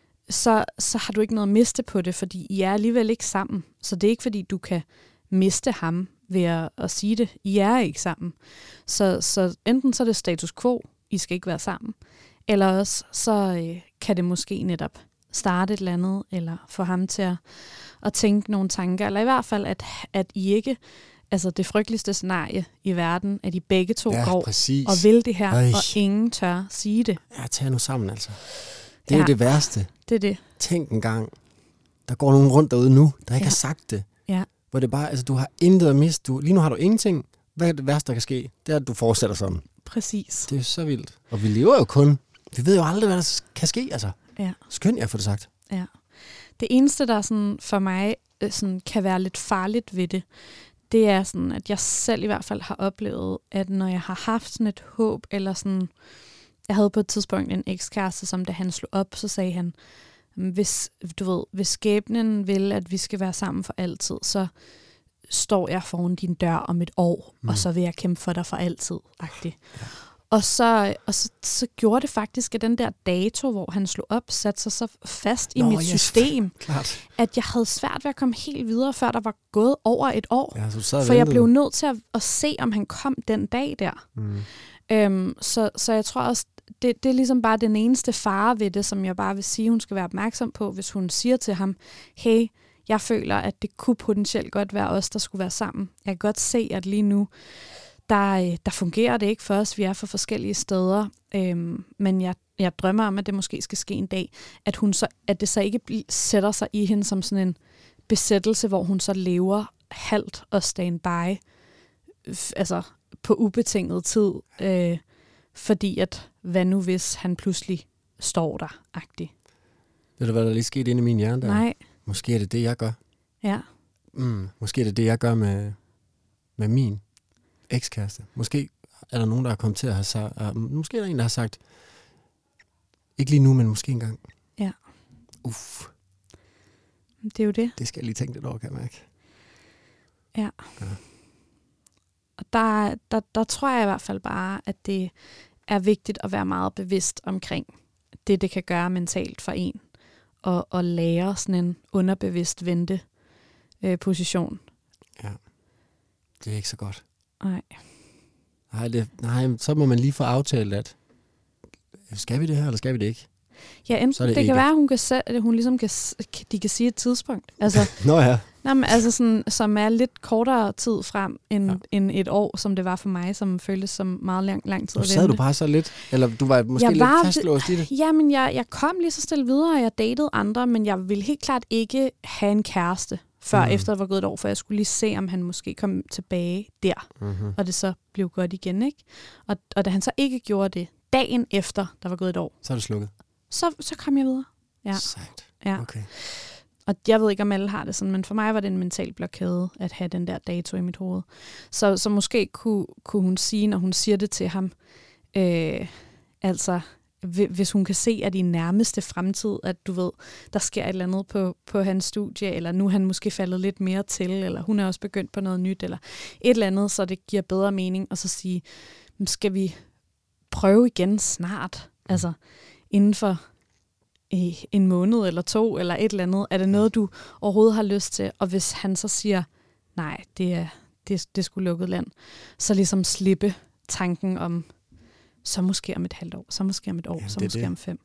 så, så har du ikke noget at miste på det, fordi I er alligevel ikke sammen. Så det er ikke, fordi du kan miste ham ved at, at sige det. I er ikke sammen. Så, så enten så er det status quo, I skal ikke være sammen. Eller også så øh, kan det måske netop starte et eller andet, eller få ham til at, at tænke nogle tanker. Eller i hvert fald, at, at I ikke... Altså det frygteligste scenarie i verden, at I begge to ja, går præcis. og vil det her, Øj. og ingen tør sige det. Ja, tag nu sammen altså. Det er ja, jo det værste. Det er det. Tænk en gang, der går nogen rundt derude nu, der ikke ja. har sagt det. Ja. Hvor det bare, altså du har intet at miste. Du, lige nu har du ingenting. Hvad er det værste, der kan ske? Det er, at du fortsætter sådan. Præcis. Det er så vildt. Og vi lever jo kun. Vi ved jo aldrig, hvad der kan ske, altså. Ja. Skønt, jeg får det sagt. Ja. Det eneste, der sådan for mig sådan, kan være lidt farligt ved det, det er sådan, at jeg selv i hvert fald har oplevet, at når jeg har haft sådan et håb, eller sådan, jeg havde på et tidspunkt en ekskæreste, som da han slog op, så sagde han, hvis, du ved, hvis skæbnen vil, at vi skal være sammen for altid, så står jeg foran din dør om et år, mm. og så vil jeg kæmpe for dig for altid. -agtigt. Ja. Og, så, og så, så gjorde det faktisk, at den der dato, hvor han slog op, satte sig så fast i Nå, mit yes, system, klart. At jeg havde svært ved at komme helt videre, før der var gået over et år. Ja, så for jeg blev nødt til at, at se, om han kom den dag der. Mm. Øhm, så, så jeg tror også, det, det er ligesom bare den eneste fare ved det, som jeg bare vil sige, hun skal være opmærksom på, hvis hun siger til ham, hey, jeg føler, at det kunne potentielt godt være os, der skulle være sammen. Jeg kan godt se, at lige nu, der, der fungerer det ikke for os. Vi er for forskellige steder. Øhm, men jeg, jeg drømmer om, at det måske skal ske en dag, at, hun så, at det så ikke bl- sætter sig i hende som sådan en besættelse, hvor hun så lever halvt og standby, f- altså på ubetinget tid. Øh, fordi at, hvad nu hvis han pludselig står der-agtig. Ved du, hvad der lige skete inde i min hjerne der? Nej. Måske er det det, jeg gør. Ja. Mm, måske er det det, jeg gør med, med min ekskæreste. Måske er der nogen, der er kommet til at have sagt, uh, måske er der en, der har sagt, ikke lige nu, men måske engang. Ja. Uff. Det er jo det. Det skal jeg lige tænke lidt over, kan jeg mærke. Ja. ja. Og der, der, der tror jeg i hvert fald bare, at det er vigtigt at være meget bevidst omkring det, det kan gøre mentalt for en. Og, og lære sådan en underbevidst vente øh, position. Ja. Det er ikke så godt. Nej. Nej, det, nej, så må man lige få aftalt, at skal vi det her, eller skal vi det ikke? Ja, enten det, det kan være, at hun, kan se, at hun ligesom kan, de kan sige et tidspunkt. Altså, Nå ja. Nej, men altså sådan, som er lidt kortere tid frem end, ja. end et år, som det var for mig, som føltes som meget lang, lang tid at vente. Sad du bare så lidt? Eller du var måske jeg lidt var, fastlåst i det? Jamen, jeg, jeg kom lige så stille videre, og jeg datede andre, men jeg ville helt klart ikke have en kæreste, før mm. efter det var gået et år, for jeg skulle lige se, om han måske kom tilbage der, mm-hmm. og det så blev godt igen, ikke? Og, og da han så ikke gjorde det, dagen efter, der var gået et år, så er det slukket. Så, så kom jeg videre. Ja. Sejt. Ja. Okay. Og jeg ved ikke, om alle har det sådan, men for mig var det en mental blokade, at have den der dato i mit hoved. Så, så måske kunne, kunne hun sige, når hun siger det til ham, øh, altså, hvis hun kan se, at i nærmeste fremtid, at du ved, der sker et eller andet på, på hans studie, eller nu er han måske faldet lidt mere til, eller hun er også begyndt på noget nyt, eller et eller andet, så det giver bedre mening, og så sige, skal vi prøve igen snart? Altså, inden for i en måned eller to, eller et eller andet. Er det noget, du overhovedet har lyst til? Og hvis han så siger, nej, det er, det, det er sgu lukket land, så ligesom slippe tanken om, så måske om et halvt år, så måske om et år, ja, så måske det. om fem.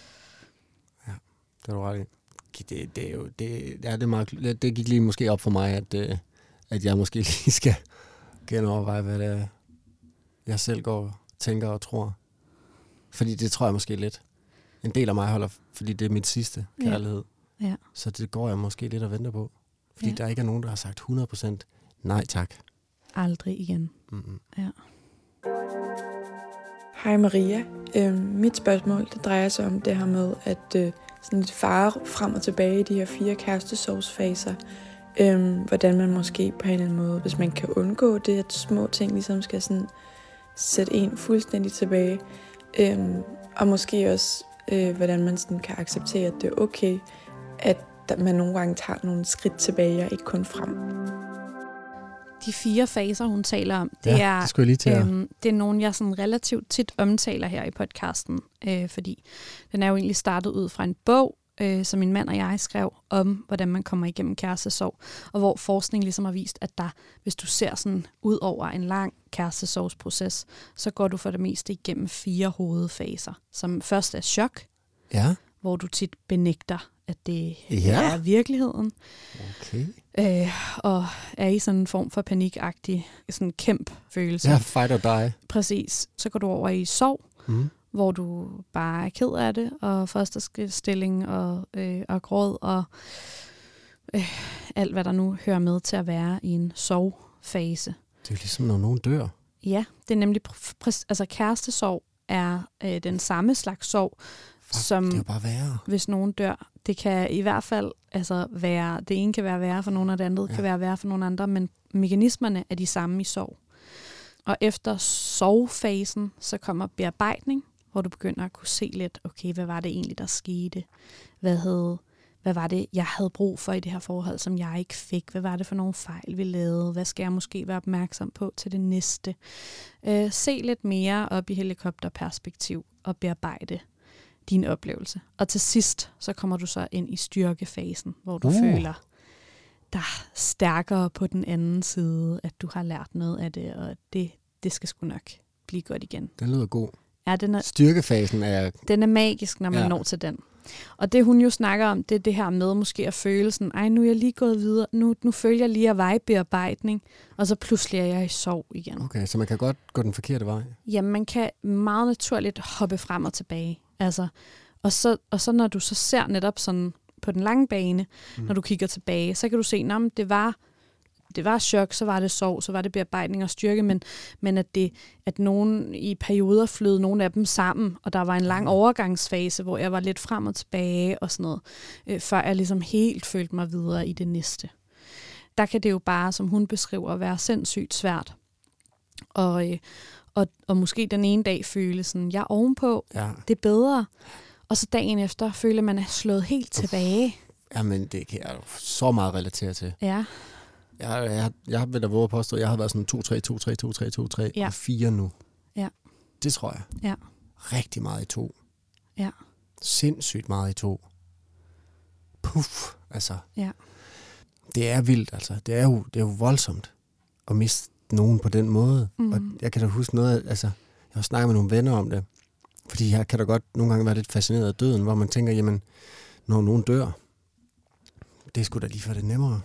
Ja, det er du ret i. Det, det, er jo, det, ja, det, er meget, det gik lige måske op for mig, at, at jeg måske lige skal genoverveje, hvad det er, jeg selv går, tænker og tror. Fordi det tror jeg måske lidt. En del af mig holder, fordi det er mit sidste kærlighed. Ja. Ja. Så det går jeg måske lidt og venter på. Fordi ja. der ikke er nogen, der har sagt hundrede procent nej tak. Aldrig igen. Mm-hmm. Ja. Hej Maria. Øhm, mit spørgsmål, det drejer sig om det her med, at øh, sådan lidt fare frem og tilbage i de her fire kærestesorgsfaser. Øhm, hvordan man måske på en eller anden måde, hvis man kan undgå det, at små ting ligesom skal sådan sætte en fuldstændig tilbage. Øhm, og måske også, øh, hvordan man sådan kan acceptere, at det er okay, at man nogle gange tager nogle skridt tilbage og ikke kun frem. De fire faser, hun taler om, det, ja, er, det, lige til øhm, det er nogle, jeg sådan relativt tit omtaler her i podcasten, øh, fordi den er jo egentlig startet ud fra en bog, øh, som min mand og jeg skrev om, hvordan man kommer igennem kærestesorg, og hvor forskning ligesom har vist, at der, hvis du ser sådan ud over en lang kærestesorgsproces, så går du for det meste igennem fire hovedfaser, som først er chok, ja. hvor du tit benægter, at det ja. er virkeligheden. Okay. Øh, og er i sådan en form for panikagtig, sådan kæmp følelse. Ja, fight or die. Præcis. Så går du over i sorg, mm. hvor du bare er ked af det, og fosterstilling og, øh, og gråd, og øh, alt, hvad der nu hører med til at være i en sorgfase. Det er jo ligesom, når nogen dør. Ja, det er nemlig, præ- altså kærestesorg er øh, den samme slags sorg, Fuck, som det er jo bare værre. Hvis nogen dør. Det kan i hvert fald altså være, det ene kan være værre for nogen, og det andet ja. kan være værre for nogen andre, men mekanismerne er de samme i sorg. Og efter sorgfasen, så kommer bearbejdning, hvor du begynder at kunne se lidt, okay, hvad var det egentlig, der skete? Hvad havde, hvad var det, jeg havde brug for i det her forhold, som jeg ikke fik? Hvad var det for nogle fejl, vi lavede? Hvad skal jeg måske være opmærksom på til det næste? Øh, se lidt mere op i helikopterperspektiv og bearbejde din oplevelse. Og til sidst, så kommer du så ind i styrkefasen, hvor du uh. føler dig stærkere på den anden side, at du har lært noget af det, og det, det skal sgu nok blive godt igen. Den lyder god. Ja, den er, Styrkefasen er... Den er magisk, når man ja. når til den. Og det, hun jo snakker om, det er det her med måske at føle sådan, ej, nu er jeg lige gået videre, nu, nu følger jeg lige af vejbearbejdning, og så pludselig er jeg i sov igen. Okay, så man kan godt gå den forkerte vej? Jamen, man kan meget naturligt hoppe frem og tilbage. Altså, og, så, og så når du så ser netop sådan på den lange bane, mm. når du kigger tilbage, så kan du se, at det var, det var chok, så var det sorg, så var det bearbejdning og styrke, men, men at, det, at nogen i perioder flød nogle af dem sammen, og der var en lang overgangsfase, hvor jeg var lidt frem og tilbage og sådan noget, øh, før jeg ligesom helt følte mig videre i det næste. Der kan det jo bare, som hun beskriver, være sindssygt svært. Og, øh, og, og måske den ene dag føle sådan, jeg er ovenpå, ja. det er bedre. Og så dagen efter føler man er slået helt Uff. tilbage. Jamen, det kan jeg så meget relatere til. Ja. Jeg, jeg, jeg vil da våge påstå, at jeg har været sådan to tre, to tre, to tre, to tre ja. og fire nu. Ja. Det tror jeg. Ja. Rigtig meget i to. Ja. Sindssygt meget i to. Puff, altså. Ja. Det er vildt, altså. Det er jo, det er jo voldsomt at miste nogen på den måde. Mm. Og jeg kan da huske noget, altså, jeg har snakket med nogle venner om det, fordi jeg kan da godt nogle gange være lidt fascineret af døden, hvor man tænker, jamen, når nogen dør, det skulle da lige for det nemmere.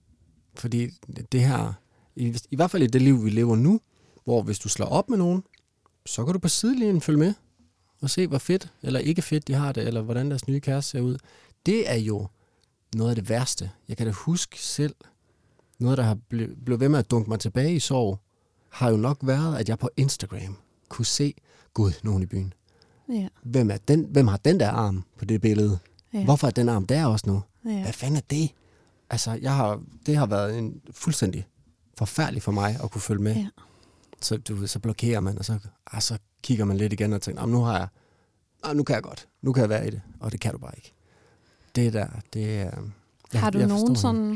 Fordi det her, i, i hvert fald i det liv, vi lever nu, hvor hvis du slår op med nogen, så kan du på sidelinjen følge med og se, hvor fedt eller ikke fedt de har det, eller hvordan deres nye kæreste ser ud. Det er jo noget af det værste. Jeg kan da huske selv, noget der har blevet ble ved med at dunke mig tilbage i sorg, har jo nok været, at jeg på Instagram kunne se, gud, nogen i byen. Ja. Hvem, er den, hvem har den der arm på det billede? Ja. Hvorfor er den arm der også nu? Ja. Hvad fanden er det? Altså, jeg har, det har været en fuldstændig forfærdelig for mig at kunne følge med. Ja. Så, du, så blokerer man, og så, ah, så kigger man lidt igen og tænker, nu har jeg, ah, nu kan jeg godt, nu kan jeg være i det, og det kan du bare ikke. Det der, det er... Har du nogen sådan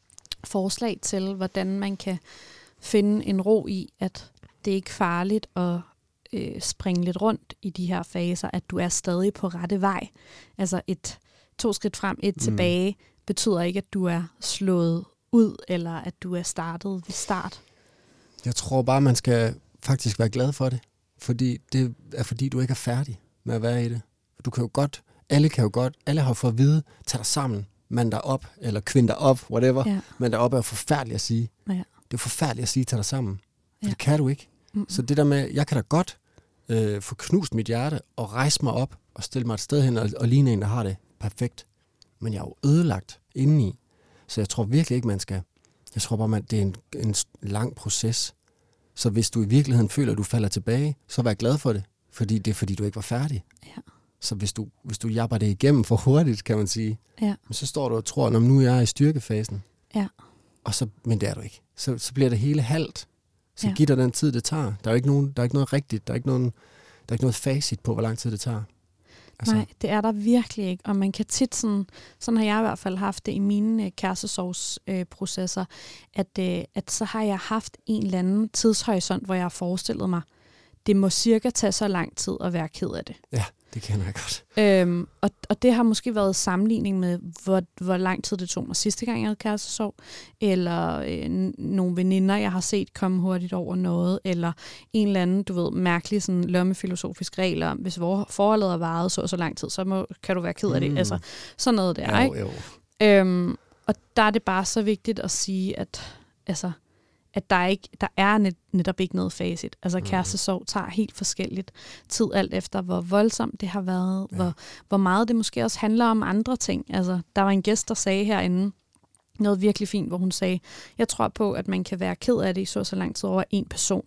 forslag til, hvordan man kan finde en ro i, at det ikke er farligt at øh, springe lidt rundt i de her faser, at du er stadig på rette vej? Altså et to skridt frem, et mm. tilbage, betyder ikke, at du er slået ud, eller at du er startet ved start? Jeg tror bare, man skal faktisk være glad for det. Fordi det er fordi, du ikke er færdig med at være i det. Du kan jo godt, alle kan jo godt, alle har fået at vide, tag dig sammen, mand dig op, eller kvind dig op, whatever. Ja. Mand dig op er jo forfærdeligt at sige. Ja. Det er forfærdeligt at sige, tag dig sammen. For ja. det kan du ikke. Mm-hmm. Så det der med, jeg kan da godt øh, få knust mit hjerte, og rejse mig op, og stille mig et sted hen, og, og ligne en, der har det perfekt. Men jeg er jo ødelagt indeni. Så jeg tror virkelig ikke, man skal... Jeg tror bare, man, det er en, en lang proces. Så hvis du i virkeligheden føler, at du falder tilbage, så vær glad for det. Fordi det er, fordi du ikke var færdig. Ja. Så hvis du, hvis du jabber det igennem for hurtigt, kan man sige, ja. så står du og tror, at nu er jeg i styrkefasen. Ja. Og så, men det er du ikke. Så, så bliver det hele halvt. Så ja. giv dig den tid, det tager. Der er jo ikke, nogen, der er ikke noget rigtigt. Der er ikke, nogen, der er ikke noget facit på, hvor lang tid det tager. Altså. Nej, det er der virkelig ikke. Og man kan tit sådan, sådan har jeg i hvert fald haft det i mine øh, kærestesorgsprocesser, øh, at, øh, at så har jeg haft en eller anden tidshorisont, hvor jeg har forestillet mig, det må cirka tage så lang tid at være ked af det. Ja, det kender jeg godt. Øhm, og, og det har måske været sammenligning med, hvor, hvor lang tid det tog mig sidste gang, jeg havde kærestesorg, eller øh, nogle veninder, jeg har set komme hurtigt over noget, eller en eller anden, du ved, mærkelig sådan lommefilosofisk regel om, hvis forholdet har varet så så lang tid, så må, kan du være ked af det. Mm. Altså, sådan noget der, jo, ikke? Jo. Øhm, og der er det bare så vigtigt at sige, at altså, at der, ikke, der er net, netop ikke noget facit. Altså kærestesorg tager helt forskelligt tid, alt efter hvor voldsomt det har været, ja. hvor, hvor meget det måske også handler om andre ting. Altså, der var en gæst, der sagde herinde noget virkelig fint, hvor hun sagde, jeg tror på, at man kan være ked af det i så så lang tid over en person.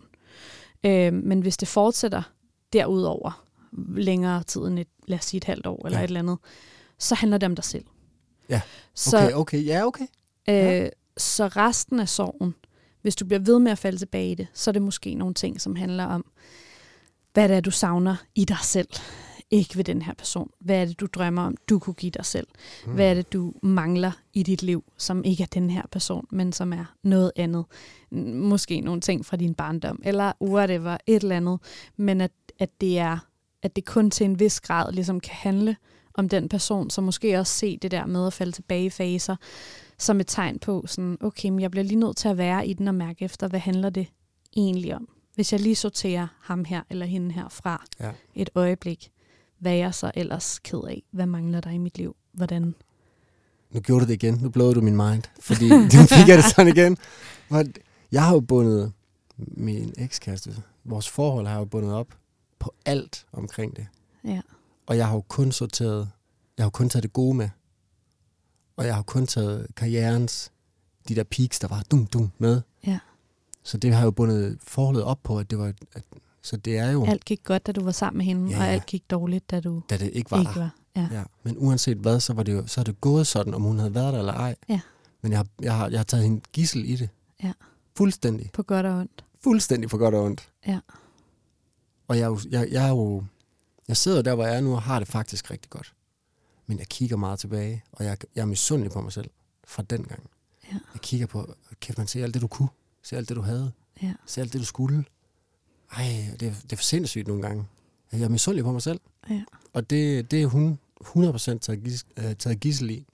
Øh, men hvis det fortsætter derudover længere tid end et, lad os sige et halvt år eller ja. et eller andet, så handler det om dig selv. Ja, okay, så, okay, ja, okay. Øh, ja. Så resten af sorgen, hvis du bliver ved med at falde tilbage i det, så er det måske nogle ting, som handler om, hvad det er, du savner i dig selv. ikke ved den her person? Hvad er det, du drømmer om, du kunne give dig selv? Mm. Hvad er det, du mangler i dit liv, som ikke er den her person, men som er noget andet? Måske nogle ting fra din barndom, eller whatever, et eller andet. Men at, at, det er, at det kun til en vis grad ligesom kan handle om den person, så måske også se det der med at falde tilbage i faser, som et tegn på, sådan, okay, men jeg bliver lige nødt til at være i den og mærke efter, hvad handler det egentlig om? Hvis jeg lige sorterer ham her eller hende her fra ja. et øjeblik, hvad er jeg så ellers ked af? Hvad mangler der i mit liv? Hvordan? Nu gjorde du det igen. Nu blåede du min mind. Fordi nu fik jeg det sådan igen. Jeg har jo bundet min ekskæreste, vores forhold har jo bundet op på alt omkring det. Ja. Og jeg har jo kun sorteret, jeg har jo kun taget det gode med. Og jeg har kun taget karrierens, de der peaks, der var dum dum med. Ja. Så det har jo bundet forholdet op på, at det var... At, så det er jo... Alt gik godt, da du var sammen med hende, ja, ja. og alt gik dårligt, da du da det ikke var, ikke var. Ja. Ja. Men uanset hvad, så var det jo, så er det gået sådan, om hun havde været der eller ej. Ja. Men jeg har, jeg, har, jeg har taget hende gidsel i det. Ja. Fuldstændig. På godt og ondt. Fuldstændig på godt og ondt. Ja. Og jeg, jeg, jeg er jo... Jeg sidder der, hvor jeg er nu, og har det faktisk rigtig godt. Men jeg kigger meget tilbage, og jeg, jeg er misundelig på mig selv fra den gang. Ja. Jeg kigger på, kæft, man ser alt det, du kunne. Se alt det, du havde. Ja. Se alt det, du skulle. Ej, det er, det er for sindssygt nogle gange. Jeg er misundelig på mig selv. Ja. Og det, det er hun hundrede procent taget, gis, uh, taget gissel i.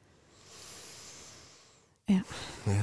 Ja. Ja.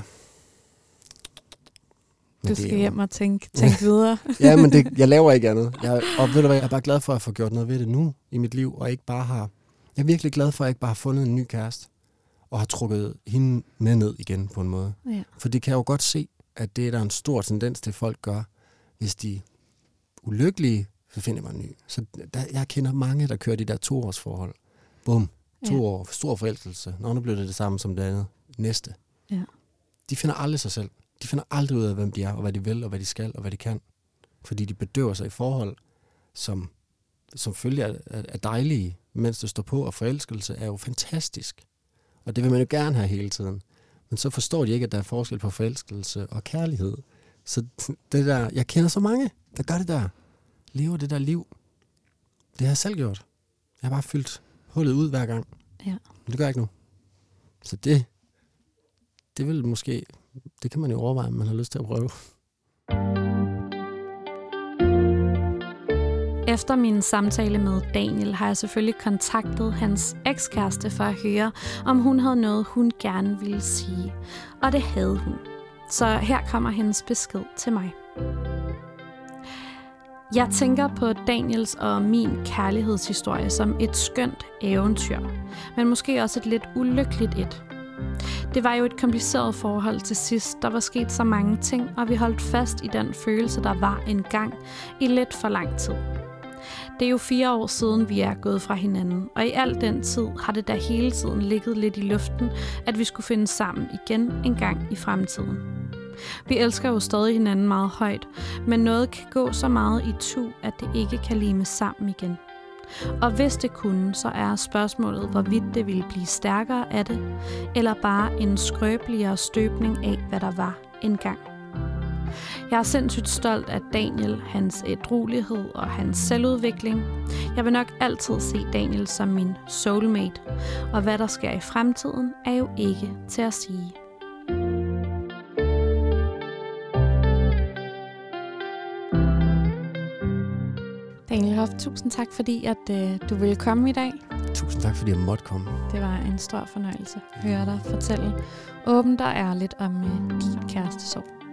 Men du skal jo hjem og tænke, tænke videre. Ja, men det, jeg laver ikke andet. Jeg, og ved du hvad, jeg er bare glad for at få gjort noget ved det nu i mit liv, og ikke bare har... Jeg er virkelig glad for, at jeg ikke bare har fundet en ny kæreste, og har trukket hende med ned igen på en måde. Ja. For det kan jeg jo godt se, at det er der en stor tendens til, folk gør. Hvis de er ulykkelige, så finder man en ny. Så der, jeg kender mange, der kører de der toårsforhold. Bum. To ja. år. Stor forelskelse. Nå, nu bliver det det samme som det andet. Næste. Ja. De finder aldrig sig selv. De finder aldrig ud af, hvem de er, og hvad de vil, og hvad de skal, og hvad de kan. Fordi de bedøver sig i forhold, som, som følge er, er dejlige, mens det står på, og forelskelse er jo fantastisk. Og det vil man jo gerne have hele tiden. Men så forstår de ikke, at der er forskel på forelskelse og kærlighed. Så det der, jeg kender så mange, der gør det der. Lever det der liv. Det har jeg selv gjort. Jeg har bare fyldt hullet ud hver gang. Ja. Men det gør jeg ikke nu. Så det, det vil måske, det kan man jo overveje, om man har lyst til at prøve. Efter min samtale med Daniel har jeg selvfølgelig kontaktet hans ekskæreste for at høre, om hun havde noget, hun gerne ville sige. Og det havde hun. Så her kommer hendes besked til mig. Jeg tænker på Daniels og min kærlighedshistorie som et skønt eventyr, men måske også et lidt ulykkeligt et. Det var jo et kompliceret forhold til sidst. Der var sket så mange ting, og vi holdt fast i den følelse, der var engang i lidt for lang tid. Det er jo fire år siden, vi er gået fra hinanden, og i al den tid har det da hele tiden ligget lidt i luften, at vi skulle finde sammen igen en gang i fremtiden. Vi elsker jo stadig hinanden meget højt, men noget kan gå så meget i tu, at det ikke kan limes sammen igen. Og hvis det kunne, så er spørgsmålet, hvorvidt det ville blive stærkere af det, eller bare en skrøbeligere støbning af, hvad der var engang. Jeg er sindssygt stolt af Daniel, hans ædruelighed og hans selvudvikling. Jeg vil nok altid se Daniel som min soulmate, og hvad der sker i fremtiden, er jo ikke til at sige. Daniel Hoff, tusind tak, fordi at, øh, du ville komme i dag. Tusind tak, fordi jeg måtte komme. Det var en stor fornøjelse at høre dig fortælle åbent og ærligt om øh, din kærestesorg.